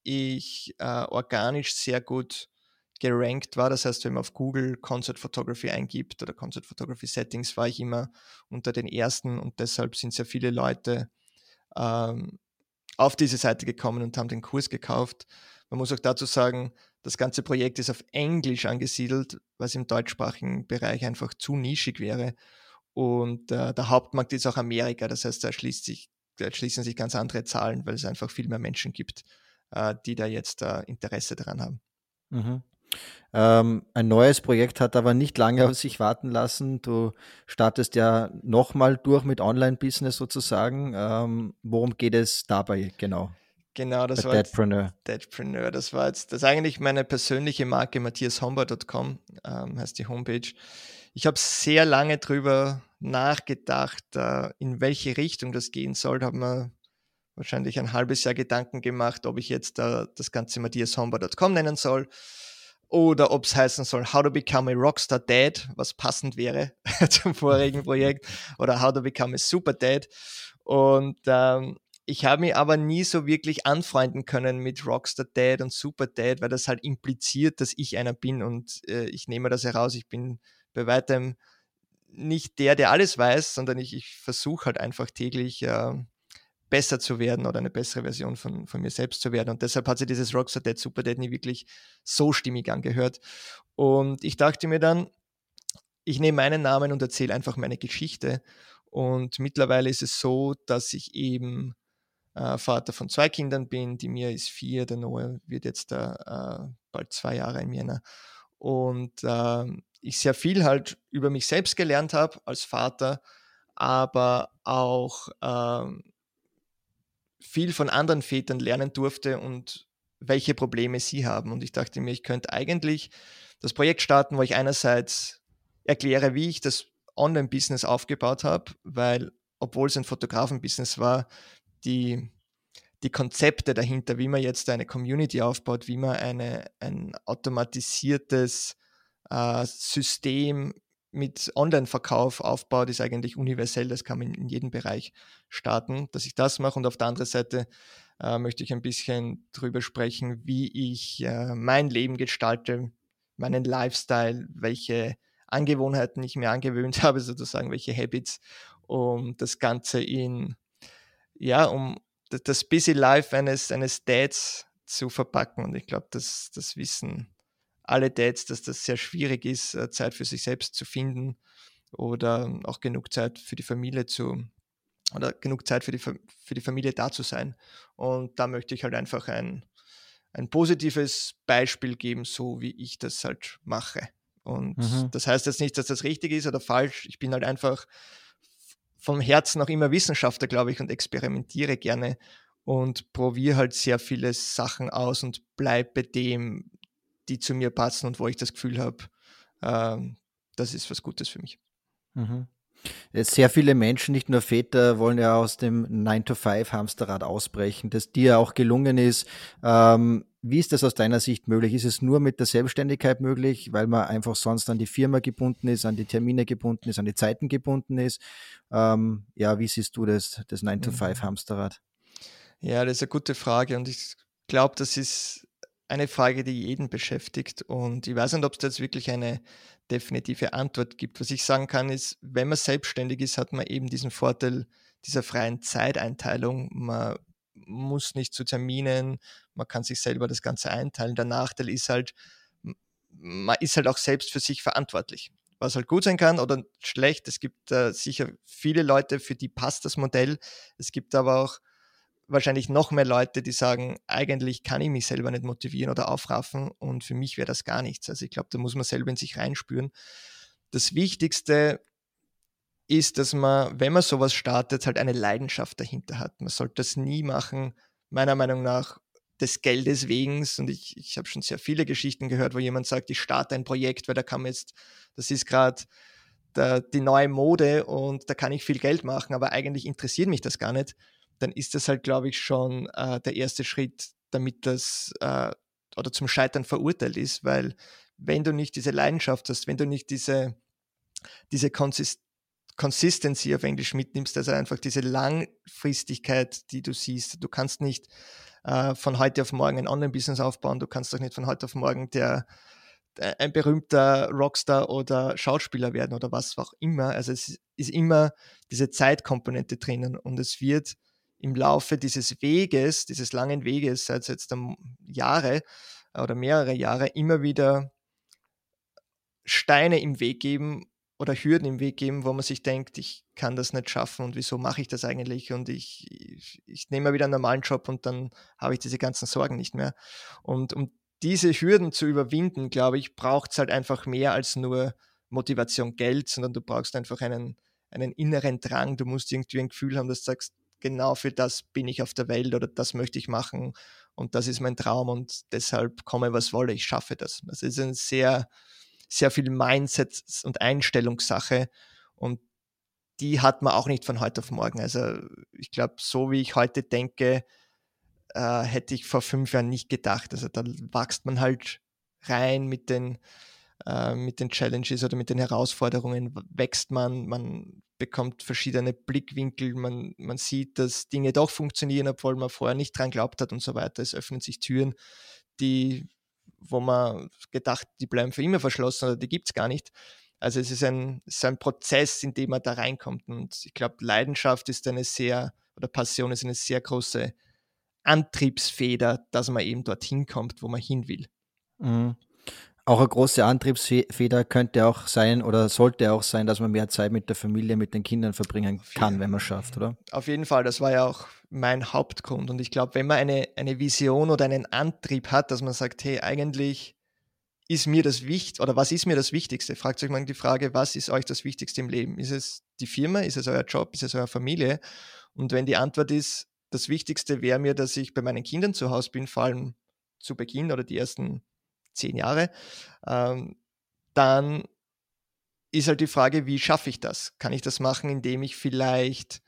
ich äh, organisch sehr gut gerankt war. Das heißt, wenn man auf Google Concert Photography eingibt oder Concert Photography Settings, war ich immer unter den ersten und deshalb sind sehr viele Leute ähm, auf diese Seite gekommen und haben den Kurs gekauft. Man muss auch dazu sagen, das ganze Projekt ist auf Englisch angesiedelt, was im deutschsprachigen Bereich einfach zu nischig wäre. Und äh, der Hauptmarkt ist auch Amerika. Das heißt, da, schließt sich, da schließen sich ganz andere Zahlen, weil es einfach viel mehr Menschen gibt, äh, die da jetzt äh, Interesse daran haben. Mhm. Ähm, ein neues Projekt hat aber nicht lange auf sich warten lassen. Du startest ja nochmal durch mit Online-Business sozusagen. Ähm, worum geht es dabei genau Genau, bei das war jetzt Deadpreneur? Deadpreneur. Das war jetzt, das ist eigentlich meine persönliche Marke, matthias homber punkt com ähm, heißt die Homepage. Ich habe sehr lange drüber nachgedacht, äh, in welche Richtung das gehen soll. Habe mir wahrscheinlich ein halbes Jahr Gedanken gemacht, ob ich jetzt äh, das Ganze matthias homber punkt com nennen soll oder ob es heißen soll How to Become a Rockstar Dad, was passend wäre zum vorigen Projekt, oder How to Become a Super Dad. Und ähm, ich habe mich aber nie so wirklich anfreunden können mit Rockstar Dad und Super Dad, weil das halt impliziert, dass ich einer bin und äh, ich nehme das heraus, ich bin bei weitem nicht der, der alles weiß, sondern ich, ich versuche halt einfach täglich äh, besser zu werden oder eine bessere Version von, von mir selbst zu werden. Und deshalb hat sich dieses Rockstar Dad, Super Dad nie wirklich so stimmig angehört. Und ich dachte mir dann, ich nehme meinen Namen und erzähle einfach meine Geschichte. Und mittlerweile ist es so, dass ich eben äh, Vater von zwei Kindern bin. Die Mia ist vier, der Noah wird jetzt äh, bald zwei Jahre im Jänner. Und äh, ich sehr viel halt über mich selbst gelernt habe als Vater, aber auch äh, viel von anderen Vätern lernen durfte und welche Probleme sie haben. Und ich dachte mir, ich könnte eigentlich das Projekt starten, wo ich einerseits erkläre, wie ich das Online-Business aufgebaut habe, weil, obwohl es ein Fotografen-Business war, die, die Konzepte dahinter, wie man jetzt eine Community aufbaut, wie man eine, ein automatisiertes äh, System mit Online-Verkauf aufbaut, ist eigentlich universell. Das kann man in, in jedem Bereich starten, dass ich das mache. Und auf der anderen Seite äh, möchte ich ein bisschen drüber sprechen, wie ich äh, mein Leben gestalte, meinen Lifestyle, welche Angewohnheiten ich mir angewöhnt habe, sozusagen, welche Habits, um das Ganze in, ja, um das, das Busy Life eines, eines Dads zu verpacken. Und ich glaube, das, das wissen alle Dads, dass das sehr schwierig ist, äh, Zeit für sich selbst zu finden oder auch genug Zeit für die Familie zu oder genug Zeit für die, Fa- für die Familie da zu sein. Und da möchte ich halt einfach ein, ein positives Beispiel geben, so wie ich das halt mache. Und Mhm. das heißt jetzt nicht, dass das richtig ist oder falsch. Ich bin halt einfach vom Herzen auch immer Wissenschaftler, glaube ich, und experimentiere gerne und probiere halt sehr viele Sachen aus und bleibe bei dem, die zu mir passen und wo ich das Gefühl habe, ähm, das ist was Gutes für mich. Mhm. Sehr viele Menschen, nicht nur Väter, wollen ja aus dem nine to five Hamsterrad ausbrechen, das dir auch gelungen ist. Ähm, wie ist das aus deiner Sicht möglich? Ist es nur mit der Selbstständigkeit möglich, weil man einfach sonst an die Firma gebunden ist, an die Termine gebunden ist, an die Zeiten gebunden ist? Ähm, ja, wie siehst du das, das nine to five Mhm. Hamsterrad? Ja, das ist eine gute Frage und ich glaube, das ist eine Frage, die jeden beschäftigt und ich weiß nicht, ob es da jetzt wirklich eine definitive Antwort gibt. Was ich sagen kann, ist, wenn man selbstständig ist, hat man eben diesen Vorteil dieser freien Zeiteinteilung. Man muss nicht zu Terminen, man kann sich selber das Ganze einteilen. Der Nachteil ist halt, m- man ist halt auch selbst für sich verantwortlich. Was halt gut sein kann oder schlecht. Es gibt äh, sicher viele Leute, für die passt das Modell. Es gibt aber auch wahrscheinlich noch mehr Leute, die sagen, eigentlich kann ich mich selber nicht motivieren oder aufraffen und für mich wäre das gar nichts. Also ich glaube, da muss man selber in sich reinspüren. Das Wichtigste ist, dass man, wenn man sowas startet, halt eine Leidenschaft dahinter hat. Man sollte das nie machen, meiner Meinung nach, des Geldes wegen. Und ich, ich habe schon sehr viele Geschichten gehört, wo jemand sagt, ich starte ein Projekt, weil da kann man jetzt, das ist gerade die neue Mode und da kann ich viel Geld machen, aber eigentlich interessiert mich das gar nicht. Dann ist das halt, glaube ich, schon äh, der erste Schritt, damit das äh, oder zum Scheitern verurteilt ist, weil wenn du nicht diese Leidenschaft hast, wenn du nicht diese, diese Konsist- Consistency auf Englisch mitnimmst, also einfach diese Langfristigkeit, die du siehst, du kannst nicht äh, von heute auf morgen ein Online-Business aufbauen, du kannst doch nicht von heute auf morgen der ein berühmter Rockstar oder Schauspieler werden oder was auch immer. Also es ist immer diese Zeitkomponente drinnen und es wird im Laufe dieses Weges, dieses langen Weges, seit jetzt Jahre oder mehrere Jahre, immer wieder Steine im Weg geben oder Hürden im Weg geben, wo man sich denkt, ich kann das nicht schaffen und wieso mache ich das eigentlich und ich, ich, ich nehme mal wieder einen normalen Job und dann habe ich diese ganzen Sorgen nicht mehr. Und um diese Hürden zu überwinden, glaube ich, braucht es halt einfach mehr als nur Motivation, Geld, sondern du brauchst einfach einen, einen inneren Drang. Du musst irgendwie ein Gefühl haben, dass du sagst, genau für das bin ich auf der Welt oder das möchte ich machen und das ist mein Traum und deshalb komme, was wolle, ich schaffe das. Das ist ein sehr, sehr viel Mindset und Einstellungssache und die hat man auch nicht von heute auf morgen. Also ich glaube, so wie ich heute denke, äh, hätte ich vor fünf Jahren nicht gedacht. Also da wächst man halt rein mit den, äh, mit den Challenges oder mit den Herausforderungen, wächst man, man bekommt verschiedene Blickwinkel, man, man sieht, dass Dinge doch funktionieren, obwohl man vorher nicht dran geglaubt hat und so weiter. Es öffnen sich Türen, die, wo man gedacht, die bleiben für immer verschlossen oder die gibt es gar nicht. Also es ist ein, es ist ein Prozess, in dem man da reinkommt. Und ich glaube, Leidenschaft ist eine sehr, oder Passion ist eine sehr große Antriebsfeder, dass man eben dorthin kommt, wo man hin will. Mhm. Auch eine große Antriebsfeder könnte auch sein oder sollte auch sein, dass man mehr Zeit mit der Familie, mit den Kindern verbringen kann, wenn man es schafft, oder? Auf jeden Fall, das war ja auch mein Hauptgrund. Und ich glaube, wenn man eine, eine Vision oder einen Antrieb hat, dass man sagt, hey, eigentlich ist mir das Wichtigste, oder was ist mir das Wichtigste? Fragt euch mal die Frage, was ist euch das Wichtigste im Leben? Ist es die Firma? Ist es euer Job? Ist es eure Familie? Und wenn die Antwort ist, das Wichtigste wäre mir, dass ich bei meinen Kindern zu Hause bin, vor allem zu Beginn oder die ersten zehn Jahre, ähm, dann ist halt die Frage, wie schaffe ich das? Kann ich das machen, indem ich vielleicht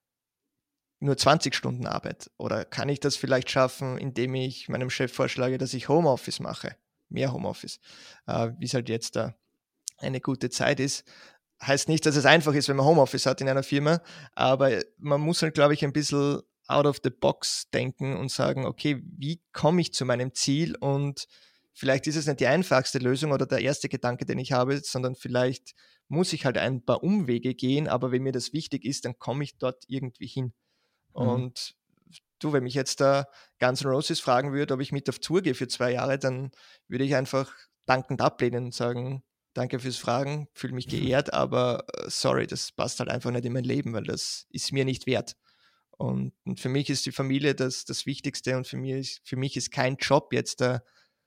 nur zwanzig Stunden arbeite? Oder kann ich das vielleicht schaffen, indem ich meinem Chef vorschlage, dass ich Homeoffice mache? Mehr Homeoffice, äh, wie es halt jetzt da eine gute Zeit ist. Heißt nicht, dass es einfach ist, wenn man Homeoffice hat in einer Firma, aber man muss halt, glaube ich, ein bisschen out of the box denken und sagen, okay, wie komme ich zu meinem Ziel? Und vielleicht ist es nicht die einfachste Lösung oder der erste Gedanke, den ich habe, sondern vielleicht muss ich halt ein paar Umwege gehen, aber wenn mir das wichtig ist, dann komme ich dort irgendwie hin. Mhm. Und du, wenn mich jetzt da Guns N' Roses fragen würde, ob ich mit auf Tour gehe für zwei Jahre, dann würde ich einfach dankend ablehnen und sagen, danke fürs Fragen, fühle mich geehrt, aber äh, sorry, das passt halt einfach nicht in mein Leben, weil das ist mir nicht wert. Und, und für mich ist die Familie das, das Wichtigste und für mich, für mich ist kein Job jetzt da,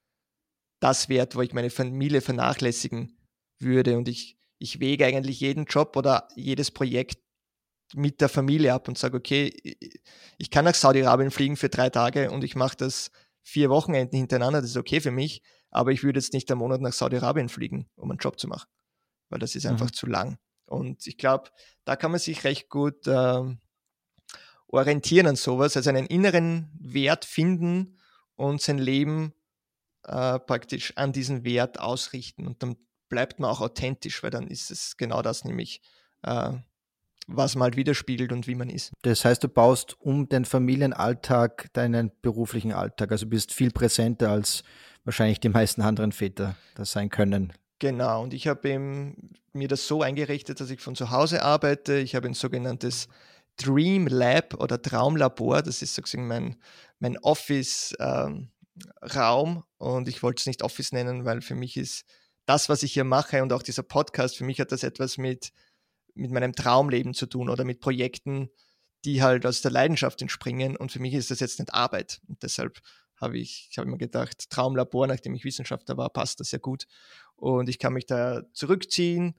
das wert, wo ich meine Familie vernachlässigen würde. Und ich, ich wege eigentlich jeden Job oder jedes Projekt mit der Familie ab und sage, okay, ich kann nach Saudi-Arabien fliegen für drei Tage und ich mache das vier Wochenenden hintereinander, das ist okay für mich, aber ich würde jetzt nicht einen Monat nach Saudi-Arabien fliegen, um einen Job zu machen, weil das ist einfach mhm. zu lang. Und ich glaube, da kann man sich recht gut äh, orientieren an sowas, also einen inneren Wert finden und sein Leben äh, praktisch an diesen Wert ausrichten. Und dann bleibt man auch authentisch, weil dann ist es genau das nämlich, äh, was man halt widerspiegelt und wie man ist. Das heißt, du baust um den Familienalltag deinen beruflichen Alltag, also bist viel präsenter als wahrscheinlich die meisten anderen Väter das sein können. Genau, und ich habe eben mir das so eingerichtet, dass ich von zu Hause arbeite. Ich habe ein sogenanntes Dream Lab oder Traumlabor, das ist sozusagen mein, mein Office-Raum ähm, und ich wollte es nicht Office nennen, weil für mich ist das, was ich hier mache und auch dieser Podcast, für mich hat das etwas mit mit meinem Traumleben zu tun oder mit Projekten, die halt aus der Leidenschaft entspringen. Und für mich ist das jetzt nicht Arbeit. Und deshalb habe ich, ich habe mir gedacht, Traumlabor, nachdem ich Wissenschaftler war, passt das sehr gut. Und ich kann mich da zurückziehen.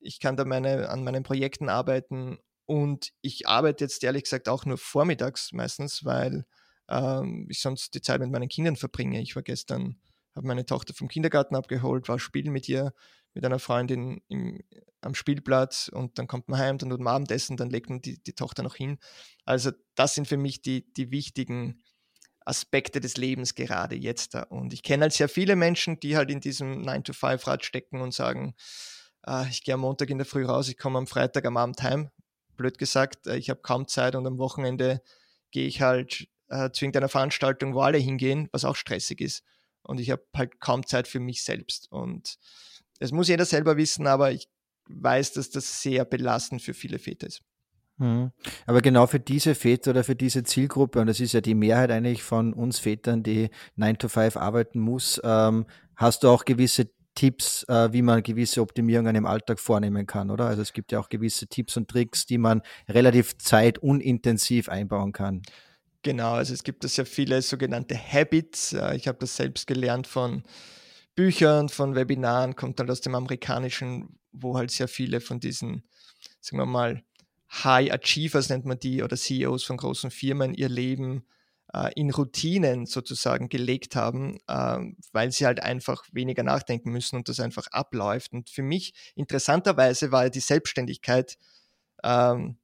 ich kann da meine, an meinen Projekten arbeiten und ich arbeite jetzt ehrlich gesagt auch nur vormittags meistens, weil ähm, ich sonst die Zeit mit meinen Kindern verbringe. Ich war gestern, habe meine Tochter vom Kindergarten abgeholt, war spielen mit ihr, mit einer Freundin im, am Spielplatz und dann kommt man heim, dann tut man Abendessen, dann legt man die, die Tochter noch hin. Also das sind für mich die, die wichtigen Aspekte des Lebens gerade jetzt da. Und ich kenne halt sehr viele Menschen, die halt in diesem nine to five Rad stecken und sagen, äh, ich gehe am Montag in der Früh raus, ich komme am Freitag am Abend heim. Blöd gesagt, äh, ich habe kaum Zeit und am Wochenende gehe ich halt äh, zu irgendeiner Veranstaltung, wo alle hingehen, was auch stressig ist. Und ich habe halt kaum Zeit für mich selbst. Und das muss jeder selber wissen, aber ich weiß, dass das sehr belastend für viele Väter ist. Mhm. Aber genau für diese Väter oder für diese Zielgruppe, und das ist ja die Mehrheit eigentlich von uns Vätern, die nine to five arbeiten muss, ähm, hast du auch gewisse Tipps, äh, wie man gewisse Optimierungen im Alltag vornehmen kann, oder? Also es gibt ja auch gewisse Tipps und Tricks, die man relativ zeitunintensiv einbauen kann. Genau, also es gibt da sehr viele sogenannte Habits. Äh, Ich habe das selbst gelernt von Büchern, von Webinaren, kommt halt aus dem Amerikanischen, wo halt sehr viele von diesen, sagen wir mal, High Achievers nennt man die oder C E Os von großen Firmen ihr Leben äh, in Routinen sozusagen gelegt haben, äh, weil sie halt einfach weniger nachdenken müssen und das einfach abläuft. Und für mich interessanterweise war ja die Selbstständigkeit, ähm,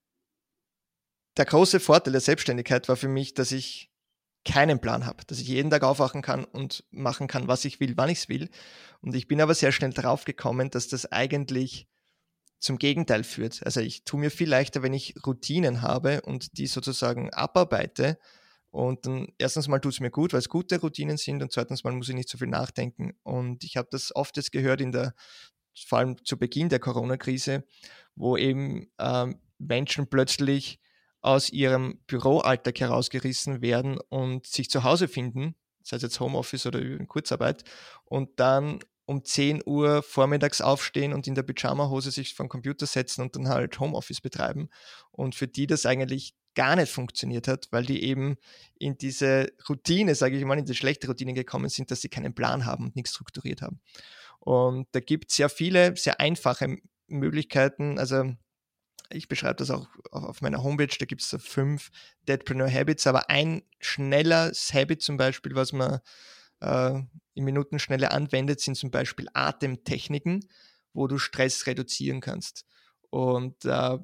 der große Vorteil der Selbstständigkeit war für mich, dass ich keinen Plan habe, dass ich jeden Tag aufwachen kann und machen kann, was ich will, wann ich es will. Und ich bin aber sehr schnell drauf gekommen, dass das eigentlich zum Gegenteil führt. Also ich tue mir viel leichter, wenn ich Routinen habe und die sozusagen abarbeite. Und dann erstens mal tut es mir gut, weil es gute Routinen sind und zweitens mal muss ich nicht so viel nachdenken. Und ich habe das oft jetzt gehört in der, vor allem zu Beginn der Corona-Krise, wo eben ähm, Menschen plötzlich aus ihrem Büroalltag herausgerissen werden und sich zu Hause finden, sei es jetzt Homeoffice oder in Kurzarbeit, und dann um zehn Uhr vormittags aufstehen und in der Pyjama-Hose sich vom Computer setzen und dann halt Homeoffice betreiben. Und für die das eigentlich gar nicht funktioniert hat, weil die eben in diese Routine, sage ich mal, in die schlechte Routine gekommen sind, dass sie keinen Plan haben und nichts strukturiert haben. Und da gibt es sehr viele, sehr einfache Möglichkeiten. Also ich beschreibe das auch auf meiner Homepage, da gibt es so fünf Deadpreneur Habits, aber ein schnelles Habit zum Beispiel, was man äh, in Minutenschnelle anwendet, sind zum Beispiel Atemtechniken, wo du Stress reduzieren kannst. Und äh,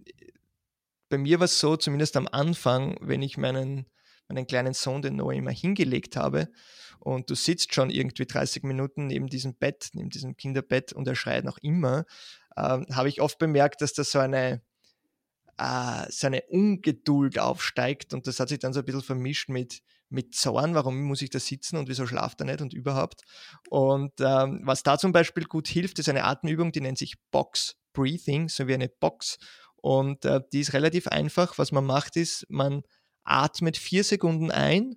bei mir war es so, zumindest am Anfang, wenn ich meinen, meinen kleinen Sohn, den Noah, immer hingelegt habe und du sitzt schon irgendwie dreißig Minuten neben diesem Bett, neben diesem Kinderbett und er schreit noch immer, äh, habe ich oft bemerkt, dass das so eine, äh, so eine Ungeduld aufsteigt und das hat sich dann so ein bisschen vermischt mit, mit Zorn, warum muss ich da sitzen und wieso schlaft er nicht und überhaupt. Und ähm, was da zum Beispiel gut hilft, ist eine Atemübung, die nennt sich Box Breathing, so wie eine Box. Und äh, die ist relativ einfach. Was man macht ist, man atmet vier Sekunden ein,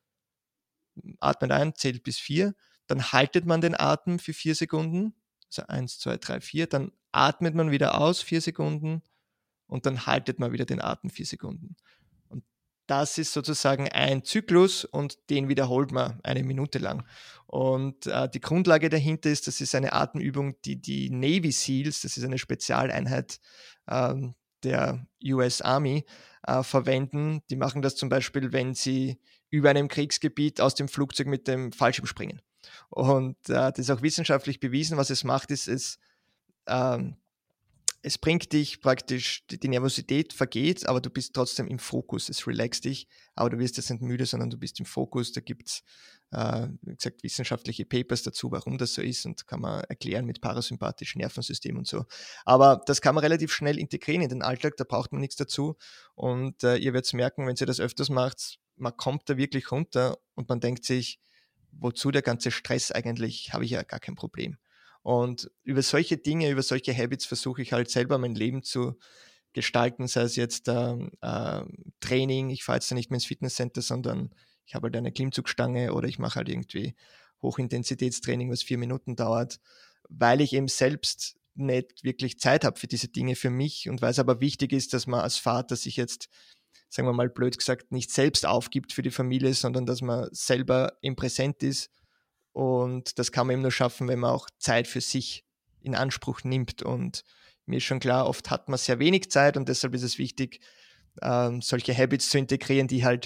atmet ein, zählt bis vier, dann haltet man den Atem für vier Sekunden, also eins, zwei, drei, vier, dann atmet man wieder aus, vier Sekunden und dann haltet man wieder den Atem vier Sekunden. Und das ist sozusagen ein Zyklus und den wiederholt man eine Minute lang. Und äh, die Grundlage dahinter ist, das ist eine Atemübung, die die Navy Seals, das ist eine Spezialeinheit ähm, der U S Army, äh, verwenden. Die machen das zum Beispiel, wenn sie über einem Kriegsgebiet aus dem Flugzeug mit dem Fallschirm springen. Und äh, das ist auch wissenschaftlich bewiesen. Was es macht, ist, es ähm, es bringt dich praktisch, die, die Nervosität vergeht, aber du bist trotzdem im Fokus. Es relaxt dich, aber du wirst jetzt nicht müde, sondern du bist im Fokus. Da gibt es, äh, wie gesagt, wissenschaftliche Papers dazu, warum das so ist und kann man erklären mit parasympathischem Nervensystem und so. Aber das kann man relativ schnell integrieren in den Alltag, da braucht man nichts dazu. Und äh, ihr werdet merken, wenn ihr das öfters macht, man kommt da wirklich runter und man denkt sich, wozu der ganze Stress eigentlich, habe ich ja gar kein Problem. Und über solche Dinge, über solche Habits versuche ich halt selber mein Leben zu gestalten, sei es jetzt ähm, äh, Training, ich fahre jetzt nicht mehr ins Fitnesscenter, sondern ich habe halt eine Klimmzugstange oder ich mache halt irgendwie Hochintensitätstraining, was vier Minuten dauert, weil ich eben selbst nicht wirklich Zeit habe für diese Dinge für mich und weil es aber wichtig ist, dass man als Vater sich jetzt, sagen wir mal blöd gesagt, nicht selbst aufgibt für die Familie, sondern dass man selber im Präsent ist. Und das kann man eben nur schaffen, wenn man auch Zeit für sich in Anspruch nimmt. Und mir ist schon klar, oft hat man sehr wenig Zeit und deshalb ist es wichtig, ähm, solche Habits zu integrieren, die halt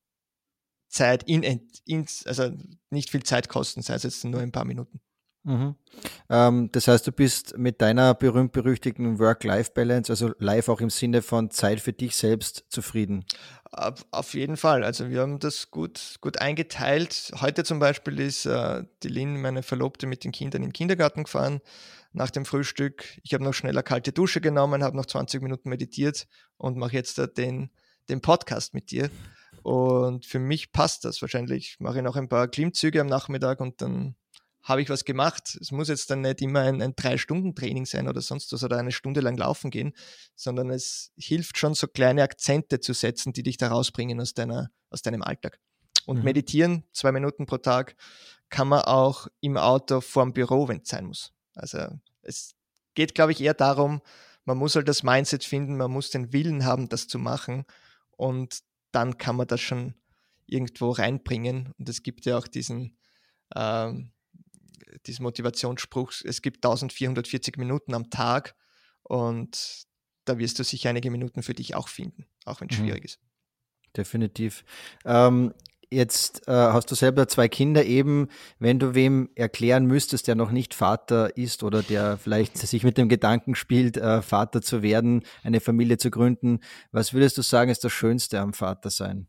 Zeit in, in, also nicht viel Zeit kosten, sei es jetzt nur ein paar Minuten. Mhm. Ähm, das heißt, du bist mit deiner berühmt-berüchtigten Work-Life-Balance, also live auch im Sinne von Zeit für dich selbst, zufrieden? Auf, auf jeden Fall. Also wir haben das gut, gut eingeteilt. Heute zum Beispiel ist äh, die Lynn, meine Verlobte, mit den Kindern in den Kindergarten gefahren nach dem Frühstück. Ich habe noch schnell eine kalte Dusche genommen, habe noch zwanzig Minuten meditiert und mache jetzt da den, den Podcast mit dir. Und für mich passt das wahrscheinlich. Mache ich noch ein paar Klimmzüge am Nachmittag und dann habe ich was gemacht. Es muss jetzt dann nicht immer ein, ein Drei-Stunden-Training sein oder sonst was oder eine Stunde lang laufen gehen, sondern es hilft schon, so kleine Akzente zu setzen, die dich da rausbringen aus, deiner, aus deinem Alltag. Und mhm. meditieren, zwei Minuten pro Tag, kann man auch im Auto vorm Büro, wenn es sein muss. Also es geht, glaube ich, eher darum, man muss halt das Mindset finden, man muss den Willen haben, das zu machen und dann kann man das schon irgendwo reinbringen. Und es gibt ja auch diesen ähm, diesen Motivationsspruch, es gibt eintausendvierhundertvierzig Minuten am Tag und da wirst du sicher einige Minuten für dich auch finden, auch wenn es mhm. schwierig ist. Definitiv. Ähm, jetzt äh, hast du selber zwei Kinder eben, wenn du wem erklären müsstest, der noch nicht Vater ist oder der vielleicht sich mit dem Gedanken spielt, äh, Vater zu werden, eine Familie zu gründen, was würdest du sagen, ist das Schönste am Vatersein?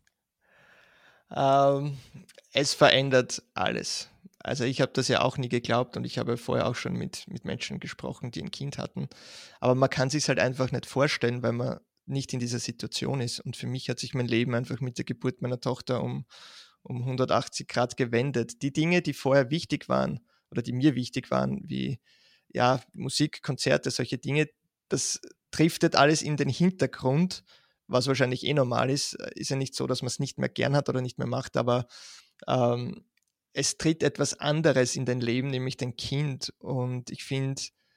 Ähm, es verändert alles. Also ich habe das ja auch nie geglaubt und ich habe vorher auch schon mit, mit Menschen gesprochen, die ein Kind hatten. Aber man kann sich es halt einfach nicht vorstellen, weil man nicht in dieser Situation ist. Und für mich hat sich mein Leben einfach mit der Geburt meiner Tochter um, um hundertachtzig Grad gewendet. Die Dinge, die vorher wichtig waren oder die mir wichtig waren, wie ja, Musik, Konzerte, solche Dinge, das driftet alles in den Hintergrund, was wahrscheinlich eh normal ist. Ist ja nicht so, dass man es nicht mehr gern hat oder nicht mehr macht, aber ähm, es tritt etwas anderes in dein Leben, nämlich dein Kind. Und ich finde,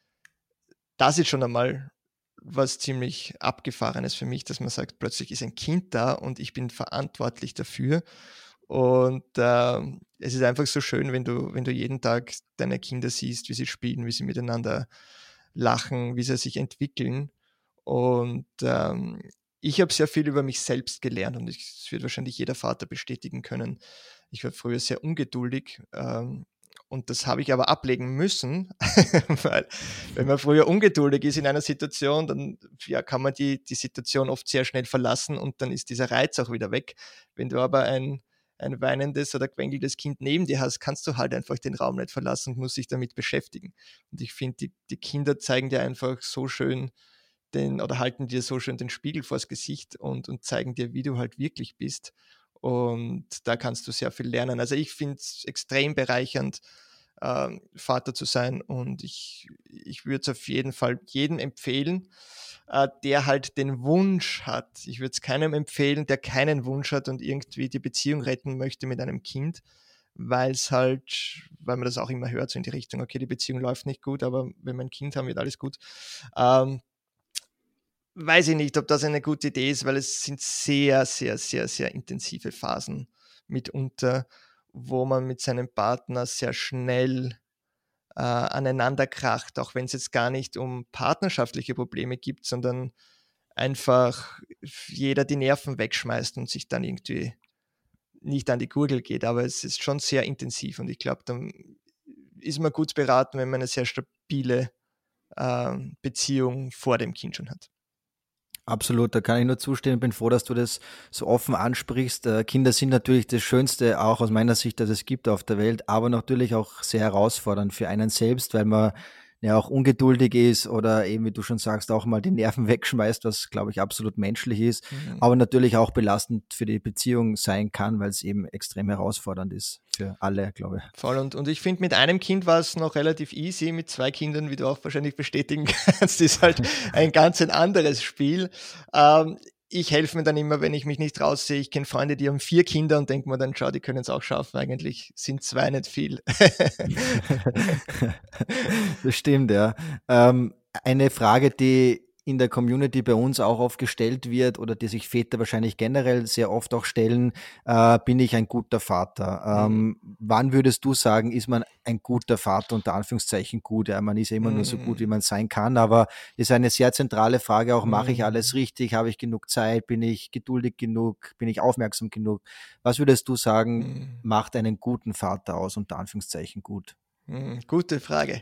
das ist schon einmal was ziemlich Abgefahrenes für mich, dass man sagt, plötzlich ist ein Kind da und ich bin verantwortlich dafür. Und äh, es ist einfach so schön, wenn du, wenn du jeden Tag deine Kinder siehst, wie sie spielen, wie sie miteinander lachen, wie sie sich entwickeln. Und ähm, ich habe sehr viel über mich selbst gelernt und das wird wahrscheinlich jeder Vater bestätigen können. Ich war früher sehr ungeduldig ähm, und das habe ich aber ablegen müssen, weil wenn man früher ungeduldig ist in einer Situation, dann ja, kann man die, die Situation oft sehr schnell verlassen und dann ist dieser Reiz auch wieder weg. Wenn du aber ein, ein weinendes oder quengelndes Kind neben dir hast, kannst du halt einfach den Raum nicht verlassen und musst dich damit beschäftigen. Und ich finde, die, die Kinder zeigen dir einfach so schön, Den, oder halten dir so schön den Spiegel vors Gesicht und, und zeigen dir, wie du halt wirklich bist. Und da kannst du sehr viel lernen. Also ich finde es extrem bereichernd, ähm, Vater zu sein und ich, ich würde es auf jeden Fall jedem empfehlen, äh, der halt den Wunsch hat. Ich würde es keinem empfehlen, der keinen Wunsch hat und irgendwie die Beziehung retten möchte mit einem Kind, weil es halt, weil man das auch immer hört, so in die Richtung, okay, die Beziehung läuft nicht gut, aber wenn wir ein Kind haben, wird alles gut. Ähm, Weiß ich nicht, ob das eine gute Idee ist, weil es sind sehr, sehr, sehr, sehr intensive Phasen mitunter, wo man mit seinem Partner sehr schnell äh, aneinander kracht, auch wenn es jetzt gar nicht um partnerschaftliche Probleme gibt, sondern einfach jeder die Nerven wegschmeißt und sich dann irgendwie nicht an die Gurgel geht. Aber es ist schon sehr intensiv und ich glaube, dann ist man gut beraten, wenn man eine sehr stabile äh, Beziehung vor dem Kind schon hat. Absolut, da kann ich nur zustimmen. Bin froh, dass du das so offen ansprichst. Äh, Kinder sind natürlich das Schönste, auch aus meiner Sicht, das es gibt auf der Welt, aber natürlich auch sehr herausfordernd für einen selbst, weil man ja auch ungeduldig ist oder eben, wie du schon sagst, auch mal die Nerven wegschmeißt, was, glaube ich, absolut menschlich ist, mhm. aber natürlich auch belastend für die Beziehung sein kann, weil es eben extrem herausfordernd ist für alle, glaube ich. Voll, und, und ich finde, mit einem Kind war es noch relativ easy, mit zwei Kindern, wie du auch wahrscheinlich bestätigen kannst, ist halt ein ganz ein anderes Spiel. Ähm, ich helfe mir dann immer, wenn ich mich nicht raussehe. Ich kenne Freunde, die haben vier Kinder und denke mir dann, schau, die können es auch schaffen. Eigentlich sind zwei nicht viel. Das stimmt, ja. Ähm, eine Frage, die in der Community bei uns auch oft gestellt wird oder die sich Väter wahrscheinlich generell sehr oft auch stellen, äh, bin ich ein guter Vater? Ähm, Mhm. wann würdest du sagen, ist man ein guter Vater, unter Anführungszeichen gut? Ja, man ist ja immer nur so gut, wie Mhm. man sein kann, aber ist eine sehr zentrale Frage auch, mache ich alles Mhm. richtig? Habe ich genug Zeit? Bin ich geduldig genug? Bin ich aufmerksam genug? Was würdest du sagen, Mhm. macht einen guten Vater aus, unter Anführungszeichen gut? Hm, gute Frage.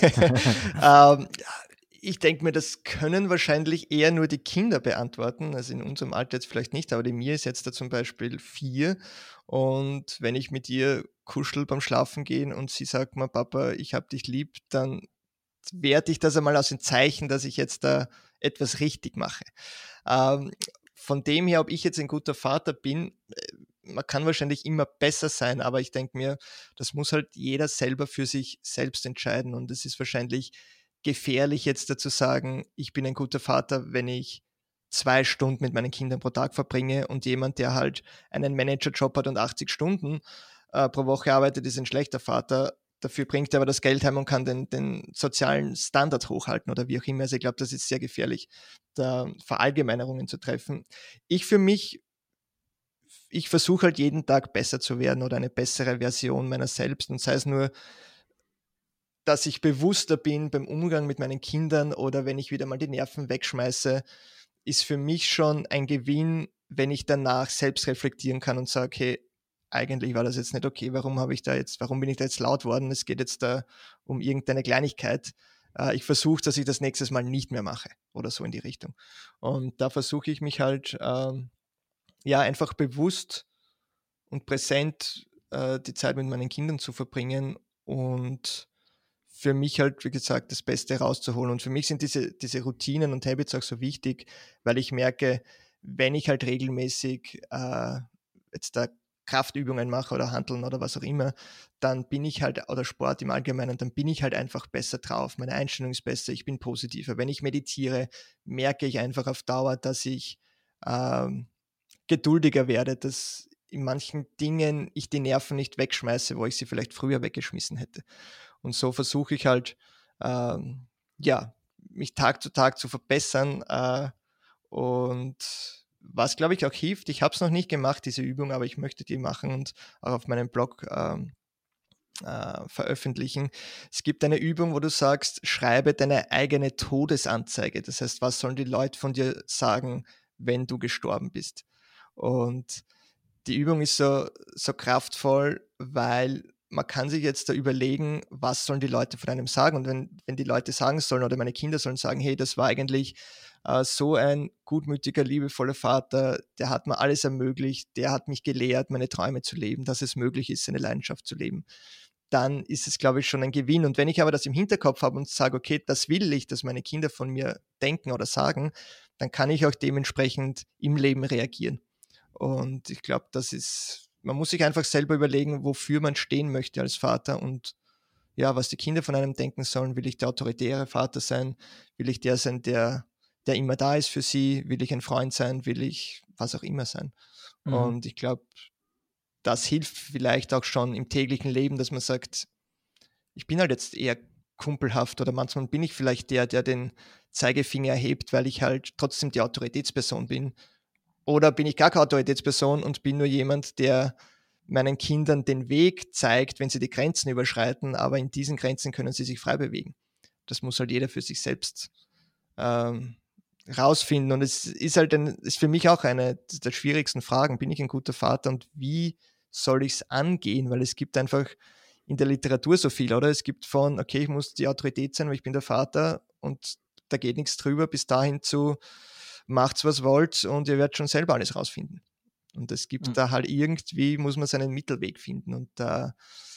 Ähm, ich denke mir, das können wahrscheinlich eher nur die Kinder beantworten. Also in unserem Alter jetzt vielleicht nicht, aber die Mia ist jetzt da zum Beispiel vier. Und wenn ich mit ihr kuschel beim Schlafen gehen und sie sagt mir, Papa, ich hab dich lieb, dann werte ich das einmal als ein Zeichen, dass ich jetzt da etwas richtig mache. Ähm, von dem her, ob ich jetzt ein guter Vater bin, äh, man kann wahrscheinlich immer besser sein, aber ich denke mir, das muss halt jeder selber für sich selbst entscheiden. Und es ist wahrscheinlich gefährlich, jetzt dazu sagen, ich bin ein guter Vater, wenn ich zwei Stunden mit meinen Kindern pro Tag verbringe und jemand, der halt einen Managerjob hat und achtzig Stunden äh, pro Woche arbeitet, ist ein schlechter Vater. Dafür bringt er aber das Geld heim und kann den, den sozialen Standard hochhalten oder wie auch immer. Also ich glaube, das ist sehr gefährlich, da Verallgemeinerungen zu treffen. Ich für mich, ich versuche halt jeden Tag besser zu werden oder eine bessere Version meiner selbst und sei es nur, dass ich bewusster bin beim Umgang mit meinen Kindern oder wenn ich wieder mal die Nerven wegschmeiße, ist für mich schon ein Gewinn, wenn ich danach selbst reflektieren kann und sage, okay, eigentlich war das jetzt nicht okay, warum habe ich da jetzt, warum bin ich da jetzt laut worden? Es geht jetzt da um irgendeine Kleinigkeit. Äh, ich versuche, dass ich das nächstes Mal nicht mehr mache oder so in die Richtung. Und da versuche ich mich halt ähm, ja einfach bewusst und präsent äh, die Zeit mit meinen Kindern zu verbringen und für mich halt, wie gesagt, das Beste rauszuholen. Und für mich sind diese, diese Routinen und Habits auch so wichtig, weil ich merke, wenn ich halt regelmäßig äh, jetzt da Kraftübungen mache oder Hanteln oder was auch immer, dann bin ich halt, oder Sport im Allgemeinen, dann bin ich halt einfach besser drauf. Meine Einstellung ist besser, ich bin positiver. Wenn ich meditiere, merke ich einfach auf Dauer, dass ich ähm, geduldiger werde, dass in manchen Dingen ich die Nerven nicht wegschmeiße, wo ich sie vielleicht früher weggeschmissen hätte. Und so versuche ich halt, ähm, ja, mich Tag zu Tag zu verbessern. Äh, und was, glaube ich, auch hilft, ich habe es noch nicht gemacht, diese Übung, aber ich möchte die machen und auch auf meinem Blog ähm, äh, veröffentlichen. Es gibt eine Übung, wo du sagst, schreibe deine eigene Todesanzeige. Das heißt, was sollen die Leute von dir sagen, wenn du gestorben bist? Und die Übung ist so, so kraftvoll, weil man kann sich jetzt da überlegen, was sollen die Leute von einem sagen. Und wenn, wenn die Leute sagen sollen oder meine Kinder sollen sagen, hey, das war eigentlich äh, so ein gutmütiger, liebevoller Vater, der hat mir alles ermöglicht, der hat mich gelehrt, meine Träume zu leben, dass es möglich ist, seine Leidenschaft zu leben, dann ist es, glaube ich, schon ein Gewinn. Und wenn ich aber das im Hinterkopf habe und sage, okay, das will ich, dass meine Kinder von mir denken oder sagen, dann kann ich auch dementsprechend im Leben reagieren. Und ich glaube, das ist, man muss sich einfach selber überlegen, wofür man stehen möchte als Vater und ja, was die Kinder von einem denken sollen. Will ich der autoritäre Vater sein? Will ich der sein, der, der immer da ist für sie? Will ich ein Freund sein? Will ich was auch immer sein? Mhm. Und ich glaube, das hilft vielleicht auch schon im täglichen Leben, dass man sagt, ich bin halt jetzt eher kumpelhaft oder manchmal bin ich vielleicht der, der den Zeigefinger erhebt, weil ich halt trotzdem die Autoritätsperson bin. Oder bin ich gar keine Autoritätsperson und bin nur jemand, der meinen Kindern den Weg zeigt, wenn sie die Grenzen überschreiten, aber in diesen Grenzen können sie sich frei bewegen. Das muss halt jeder für sich selbst ähm, rausfinden. Und es ist halt ein, ist für mich auch eine der schwierigsten Fragen. Bin ich ein guter Vater und wie soll ich es angehen? Weil es gibt einfach in der Literatur so viel, oder? Es gibt von, okay, ich muss die Autorität sein, weil ich bin der Vater und da geht nichts drüber, bis dahin zu, macht's was wollt und ihr werdet schon selber alles rausfinden. Und es gibt Mhm. da halt irgendwie, muss man seinen Mittelweg finden. Und da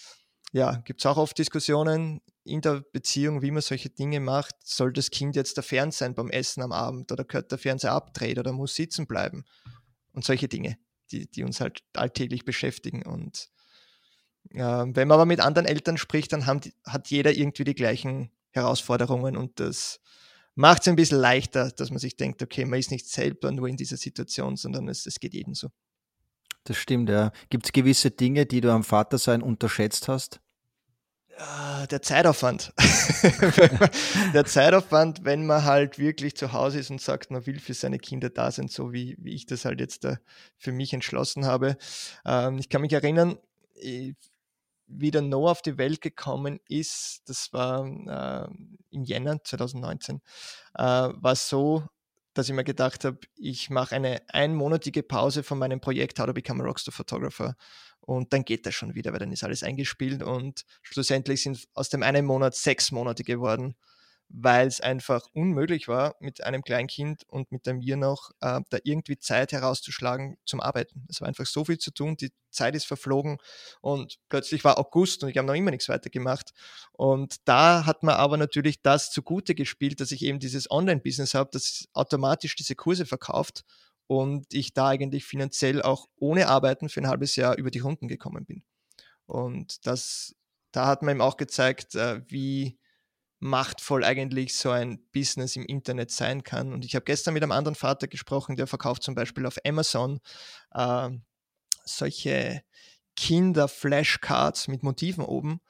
ja, gibt es auch oft Diskussionen in der Beziehung, wie man solche Dinge macht. Soll das Kind jetzt da fern sein beim Essen am Abend oder gehört der Fernseher abdreht oder muss sitzen bleiben? Und solche Dinge, die, die uns halt alltäglich beschäftigen. Und äh, wenn man aber mit anderen Eltern spricht, dann haben die, hat jeder irgendwie die gleichen Herausforderungen und das macht es ein bisschen leichter, dass man sich denkt, okay, man ist nicht selber nur in dieser Situation, sondern es, es geht jedem so. Das stimmt, ja. Gibt es gewisse Dinge, die du am Vatersein unterschätzt hast? Der Zeitaufwand. Der Zeitaufwand, wenn man halt wirklich zu Hause ist und sagt, man will für seine Kinder da sein, so wie, wie ich das halt jetzt da für mich entschlossen habe. Ähm, ich kann mich erinnern, wie der Noah auf die Welt gekommen ist, das war äh, im Jänner zwanzig neunzehn, äh, war es so, dass ich mir gedacht habe, ich mache eine einmonatige Pause von meinem Projekt How to Become a Rockstar Photographer und dann geht das schon wieder, weil dann ist alles eingespielt und schlussendlich sind aus dem einen Monat sechs Monate geworden, weil es einfach unmöglich war, mit einem Kleinkind und mit mir noch äh, da irgendwie Zeit herauszuschlagen zum Arbeiten. Es war einfach so viel zu tun, die Zeit ist verflogen und plötzlich war August und ich habe noch immer nichts weiter gemacht. Und da hat man aber natürlich das zugute gespielt, dass ich eben dieses Online-Business habe, das automatisch diese Kurse verkauft und ich da eigentlich finanziell auch ohne Arbeiten für ein halbes Jahr über die Runden gekommen bin. Und das, da hat man eben auch gezeigt, äh, wie machtvoll eigentlich so ein Business im Internet sein kann. Und ich habe gestern mit einem anderen Vater gesprochen, der verkauft zum Beispiel auf Amazon äh, solche Kinder-Flashcards mit Motiven oben.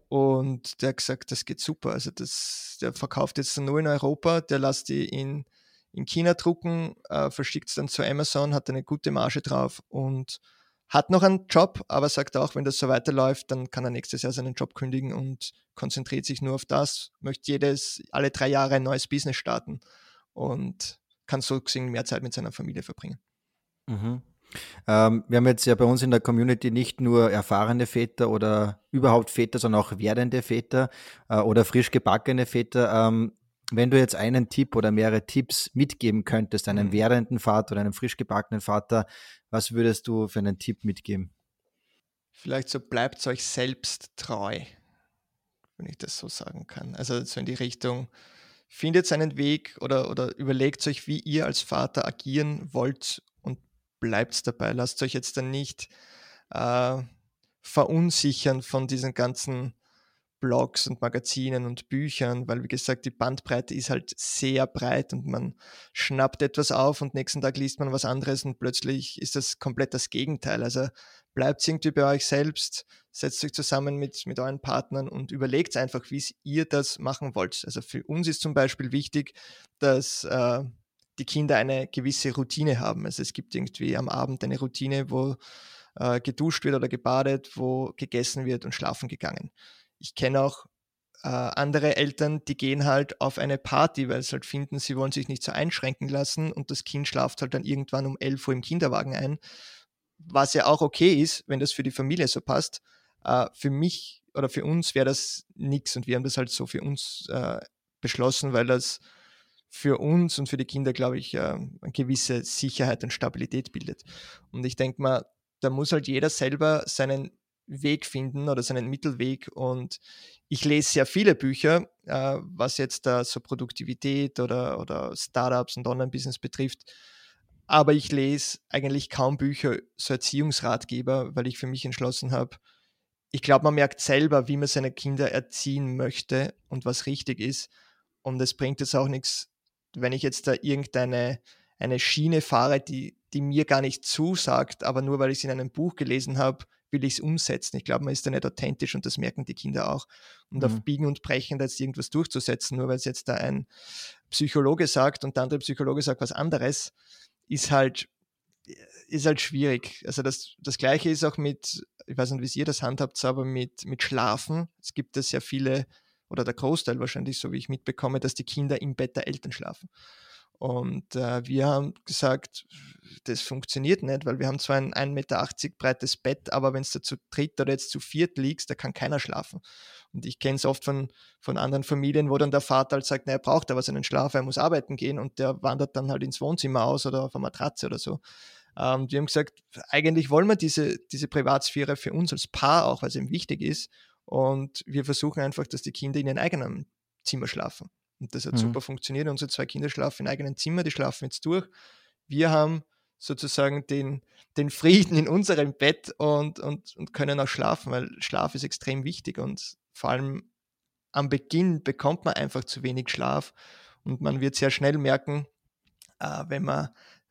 Und der hat gesagt, das geht super. Also das, der verkauft jetzt nur in Europa, der lässt die in, in China drucken, äh, verschickt es dann zu Amazon, hat eine gute Marge drauf und hat noch einen Job, aber sagt auch, wenn das so weiterläuft, dann kann er nächstes Jahr seinen Job kündigen und konzentriert sich nur auf das, möchte jedes, alle drei Jahre ein neues Business starten und kann so gesehen mehr Zeit mit seiner Familie verbringen. Mhm. Ähm, wir haben jetzt ja bei uns in der Community nicht nur erfahrene Väter oder überhaupt Väter, sondern auch werdende Väter äh, oder frisch gebackene Väter. Ähm, wenn du jetzt einen Tipp oder mehrere Tipps mitgeben könntest, einem mhm. werdenden Vater oder einem frisch gebackenen Vater, was würdest du für einen Tipp mitgeben? Vielleicht so, bleibt euch selbst treu, wenn ich das so sagen kann. Also so in die Richtung, findet einen Weg oder, oder überlegt euch, wie ihr als Vater agieren wollt und bleibt dabei. Lasst euch jetzt dann nicht äh, verunsichern von diesen ganzen Blogs und Magazinen und Büchern, weil wie gesagt, die Bandbreite ist halt sehr breit und man schnappt etwas auf und nächsten Tag liest man was anderes und plötzlich ist das komplett das Gegenteil. Also bleibt irgendwie bei euch selbst, setzt euch zusammen mit, mit euren Partnern und überlegt einfach, wie ihr das machen wollt. Also für uns ist zum Beispiel wichtig, dass äh, die Kinder eine gewisse Routine haben. Also es gibt irgendwie am Abend eine Routine, wo äh, geduscht wird oder gebadet, wo gegessen wird und schlafen gegangen. Ich kenne auch äh, andere Eltern, die gehen halt auf eine Party, weil sie halt finden, sie wollen sich nicht so einschränken lassen und das Kind schlaft halt dann irgendwann um elf Uhr im Kinderwagen ein, was ja auch okay ist, wenn das für die Familie so passt. Äh, für mich oder für uns wäre das nichts und wir haben das halt so für uns äh, beschlossen, weil das für uns und für die Kinder, glaube ich, äh, eine gewisse Sicherheit und Stabilität bildet. Und ich denke mal, da muss halt jeder selber seinen Weg finden oder seinen Mittelweg und ich lese sehr viele Bücher, äh, was jetzt da so Produktivität oder, oder Startups und Online-Business betrifft, aber ich lese eigentlich kaum Bücher, so Erziehungsratgeber, weil ich für mich entschlossen habe, ich glaube, man merkt selber, wie man seine Kinder erziehen möchte und was richtig ist und es bringt jetzt auch nichts, wenn ich jetzt da irgendeine eine Schiene fahre, die, die mir gar nicht zusagt, aber nur weil ich es in einem Buch gelesen habe, will ich es umsetzen. Ich glaube, man ist da nicht authentisch und das merken die Kinder auch. Und mhm. auf Biegen und Brechen da jetzt irgendwas durchzusetzen, nur weil es jetzt da ein Psychologe sagt und der andere Psychologe sagt was anderes, ist halt, ist halt schwierig. Also das, das Gleiche ist auch mit, ich weiß nicht, wie ihr das handhabt, aber mit, mit Schlafen. Es gibt ja sehr viele, oder der Großteil wahrscheinlich, so wie ich mitbekomme, dass die Kinder im Bett der Eltern schlafen. Und äh, wir haben gesagt, das funktioniert nicht, weil wir haben zwar ein ein Meter achtzig breites Bett, aber wenn es da zu dritt oder jetzt zu viert liegst, da kann keiner schlafen. Und ich kenne es oft von, von anderen Familien, wo dann der Vater halt sagt, na, er braucht aber seinen Schlaf, er muss arbeiten gehen und der wandert dann halt ins Wohnzimmer aus oder auf eine Matratze oder so. Und wir haben gesagt, eigentlich wollen wir diese, diese Privatsphäre für uns als Paar auch, weil es eben wichtig ist. Und wir versuchen einfach, dass die Kinder in ihrem eigenen Zimmer schlafen. Und das hat mhm. super funktioniert. Unsere zwei Kinder schlafen in eigenen Zimmer, die schlafen jetzt durch. Wir haben sozusagen den, den Frieden in unserem Bett und, und, und können auch schlafen, weil Schlaf ist extrem wichtig. Und vor allem am Beginn bekommt man einfach zu wenig Schlaf. Und man wird sehr schnell merken, äh, wenn man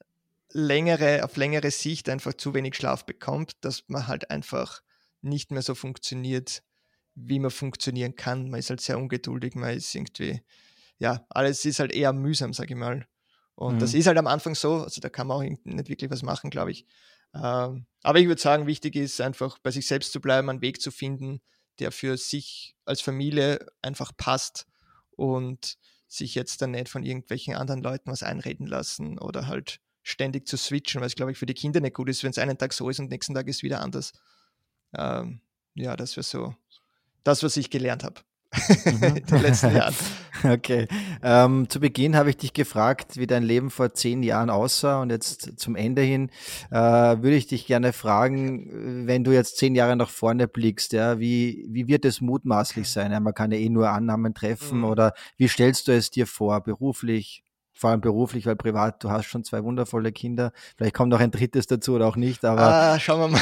längere, auf längere Sicht einfach zu wenig Schlaf bekommt, dass man halt einfach nicht mehr so funktioniert, wie man funktionieren kann. Man ist halt sehr ungeduldig, man ist irgendwie, ja, alles ist halt eher mühsam, sage ich mal. Und mhm. das ist halt am Anfang so, also da kann man auch nicht wirklich was machen, glaube ich. Ähm, aber ich würde sagen, wichtig ist einfach bei sich selbst zu bleiben, einen Weg zu finden, der für sich als Familie einfach passt und sich jetzt dann nicht von irgendwelchen anderen Leuten was einreden lassen oder halt ständig zu switchen, weil es, glaube ich, für die Kinder nicht gut ist, wenn es einen Tag so ist und nächsten Tag ist wieder anders. Ähm, ja, das wäre so das, was ich gelernt habe mhm. in den letzten Jahren. Okay. Ähm, zu Beginn habe ich dich gefragt, wie dein Leben vor zehn Jahren aussah, und jetzt zum Ende hin äh, würde ich dich gerne fragen, wenn du jetzt zehn Jahre nach vorne blickst, ja, wie, wie wird es mutmaßlich sein? Ja, man kann ja eh nur Annahmen treffen, Mhm. oder wie stellst du es dir vor, beruflich? Vor allem beruflich, weil privat, du hast schon zwei wundervolle Kinder. Vielleicht kommt noch ein drittes dazu oder auch nicht, aber Ah, schauen wir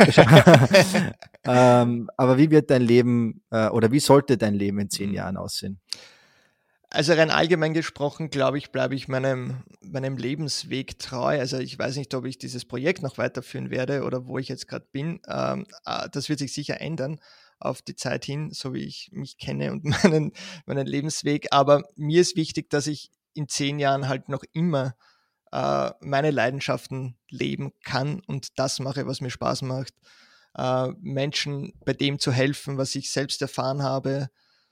mal. ähm, aber wie wird dein Leben äh, oder wie sollte dein Leben in zehn Mhm. Jahren aussehen? Also rein allgemein gesprochen, glaube ich, bleibe ich meinem, meinem Lebensweg treu. Also ich weiß nicht, ob ich dieses Projekt noch weiterführen werde oder wo ich jetzt gerade bin. Ähm, äh, das wird sich sicher ändern auf die Zeit hin, so wie ich mich kenne und meinen, meinen Lebensweg. Aber mir ist wichtig, dass ich in zehn Jahren halt noch immer äh, meine Leidenschaften leben kann und das mache, was mir Spaß macht. Äh, Menschen bei dem zu helfen, was ich selbst erfahren habe,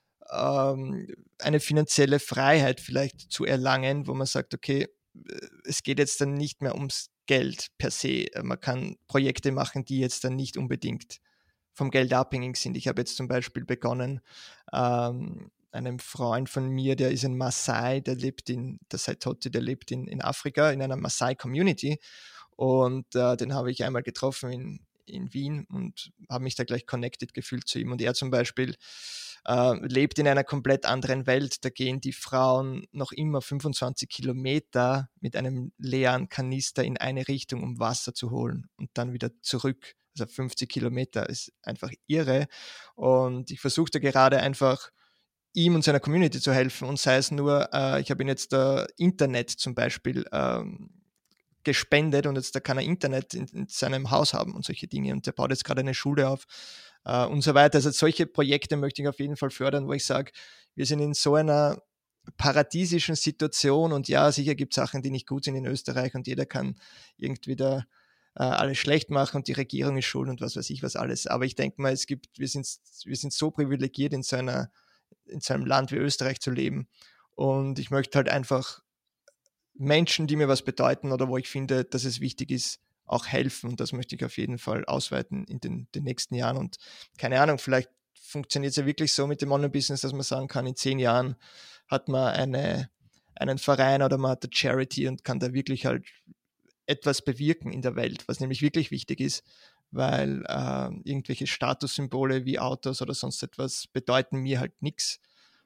ähm, eine finanzielle Freiheit vielleicht zu erlangen, wo man sagt, okay, es geht jetzt dann nicht mehr ums Geld per se. Man kann Projekte machen, die jetzt dann nicht unbedingt vom Geld abhängig sind. Ich habe jetzt zum Beispiel begonnen, ähm, einem Freund von mir, der ist ein Maasai, der lebt in, der Saitoti, der lebt in, in Afrika, in einer Maasai-Community, und äh, den habe ich einmal getroffen in, in Wien und habe mich da gleich connected gefühlt zu ihm. Und er zum Beispiel äh, lebt in einer komplett anderen Welt. Da gehen die Frauen noch immer fünfundzwanzig Kilometer mit einem leeren Kanister in eine Richtung, um Wasser zu holen und dann wieder zurück. Also fünfzig Kilometer ist einfach irre. Und ich versuche da gerade einfach ihm und seiner Community zu helfen, und sei es nur, äh, ich habe ihn jetzt äh, Internet zum Beispiel ähm, gespendet, und jetzt da kann er Internet in, in seinem Haus haben und solche Dinge, und der baut jetzt gerade eine Schule auf äh, und so weiter. Also solche Projekte möchte ich auf jeden Fall fördern, wo ich sage, wir sind in so einer paradiesischen Situation, und ja, sicher gibt es Sachen, die nicht gut sind in Österreich, und jeder kann irgendwie da äh, alles schlecht machen und die Regierung ist schuld und was weiß ich was alles. Aber ich denke mal, es gibt, wir sind, wir sind so privilegiert, in so einer, in so einem Land wie Österreich zu leben, und ich möchte halt einfach Menschen, die mir was bedeuten oder wo ich finde, dass es wichtig ist, auch helfen. Und das möchte ich auf jeden Fall ausweiten in den, den nächsten Jahren. Und keine Ahnung, vielleicht funktioniert es ja wirklich so mit dem Online-Business, dass man sagen kann, in zehn Jahren hat man eine, einen Verein oder man hat eine Charity und kann da wirklich halt etwas bewirken in der Welt, was nämlich wirklich wichtig ist, weil äh, irgendwelche Statussymbole wie Autos oder sonst etwas bedeuten mir halt nichts.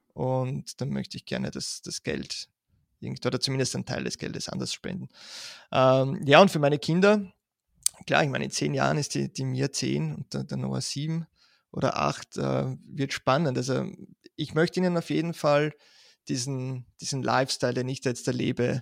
Und dann möchte ich gerne das, das Geld oder zumindest einen Teil des Geldes anders spenden. Ähm, ja, und für meine Kinder, klar, ich meine, in zehn Jahren ist die, die Mia zehn und der, der Noah sieben oder acht, äh, wird spannend. Also ich möchte ihnen auf jeden Fall diesen, diesen Lifestyle, den ich jetzt erlebe,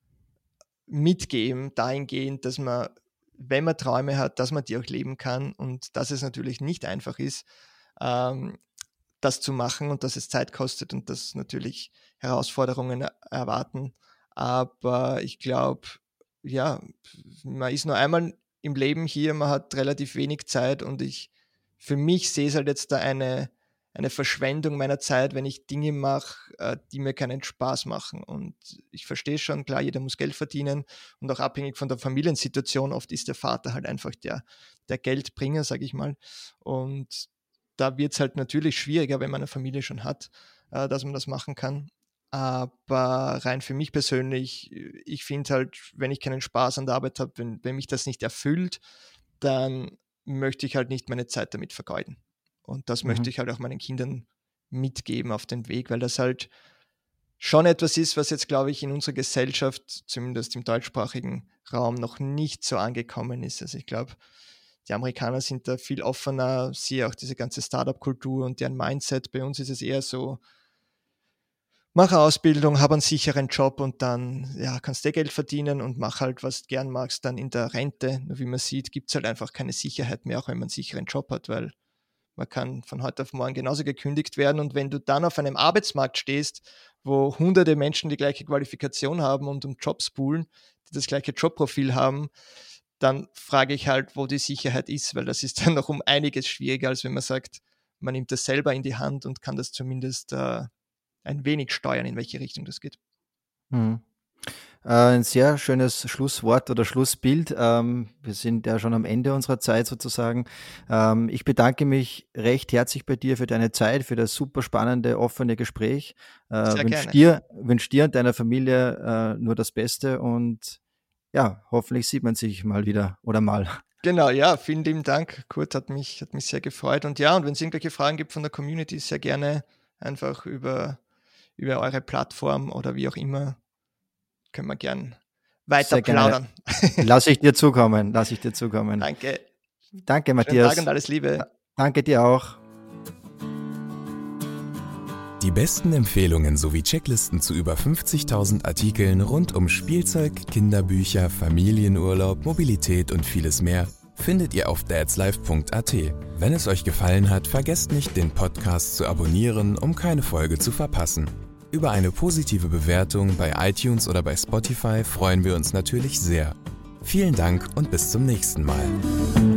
mitgeben, dahingehend, dass man, wenn man Träume hat, dass man die auch leben kann, und dass es natürlich nicht einfach ist, ähm, das zu machen, und dass es Zeit kostet und dass natürlich Herausforderungen erwarten. Aber ich glaube, ja, man ist nur einmal im Leben hier, man hat relativ wenig Zeit, und ich für mich sehe es halt jetzt da eine, eine Verschwendung meiner Zeit, wenn ich Dinge mache, die mir keinen Spaß machen. Und ich verstehe schon, klar, jeder muss Geld verdienen und auch abhängig von der Familiensituation. Oft ist der Vater halt einfach der, der Geldbringer, sage ich mal. Und da wird es halt natürlich schwieriger, wenn man eine Familie schon hat, äh, dass man das machen kann. Aber rein für mich persönlich, ich finde halt, wenn ich keinen Spaß an der Arbeit habe, wenn, wenn mich das nicht erfüllt, dann möchte ich halt nicht meine Zeit damit vergeuden. Und das mhm. möchte ich halt auch meinen Kindern mitgeben auf den Weg, weil das halt schon etwas ist, was jetzt, glaube ich, in unserer Gesellschaft, zumindest im deutschsprachigen Raum, noch nicht so angekommen ist. Also ich glaube, die Amerikaner sind da viel offener, siehe auch diese ganze Startup-Kultur und deren Mindset. Bei uns ist es eher so, mach eine Ausbildung, hab einen sicheren Job und dann ja, kannst du Geld verdienen und mach halt, was du gern magst, dann in der Rente. Nur wie man sieht, gibt es halt einfach keine Sicherheit mehr, auch wenn man einen sicheren Job hat, weil Man kann von heute auf morgen genauso gekündigt werden. Und wenn du dann auf einem Arbeitsmarkt stehst, wo hunderte Menschen die gleiche Qualifikation haben und um Jobs poolen, die das gleiche Jobprofil haben, dann frage ich halt, wo die Sicherheit ist, weil das ist dann noch um einiges schwieriger, als wenn man sagt, man nimmt das selber in die Hand und kann das zumindest äh, ein wenig steuern, in welche Richtung das geht. Mhm. Ein sehr schönes Schlusswort oder Schlussbild. Ähm, wir sind ja schon am Ende unserer Zeit sozusagen. Ähm, ich bedanke mich recht herzlich bei dir für deine Zeit, für das super spannende, offene Gespräch. Äh, Sehr wünsche gerne. dir, wünsch dir und deiner Familie äh, nur das Beste und ja, hoffentlich sieht man sich mal wieder oder mal. Genau, ja, vielen lieben Dank. Kurt, hat mich, hat mich sehr gefreut. Und ja, und wenn es irgendwelche Fragen gibt von der Community, sehr gerne einfach über, über eure Plattform oder wie auch immer, können wir gern weiter Sehr gerne. plaudern. Lass ich dir zukommen, lass ich dir zukommen. Danke. Danke, Schönen Matthias. Tag und alles Liebe. Danke dir auch. Die besten Empfehlungen sowie Checklisten zu über fünfzigtausend Artikeln rund um Spielzeug, Kinderbücher, Familienurlaub, Mobilität und vieles mehr findet ihr auf dadslife punkt a t. Wenn es euch gefallen hat, vergesst nicht, den Podcast zu abonnieren, um keine Folge zu verpassen. Über eine positive Bewertung bei iTunes oder bei Spotify freuen wir uns natürlich sehr. Vielen Dank und bis zum nächsten Mal.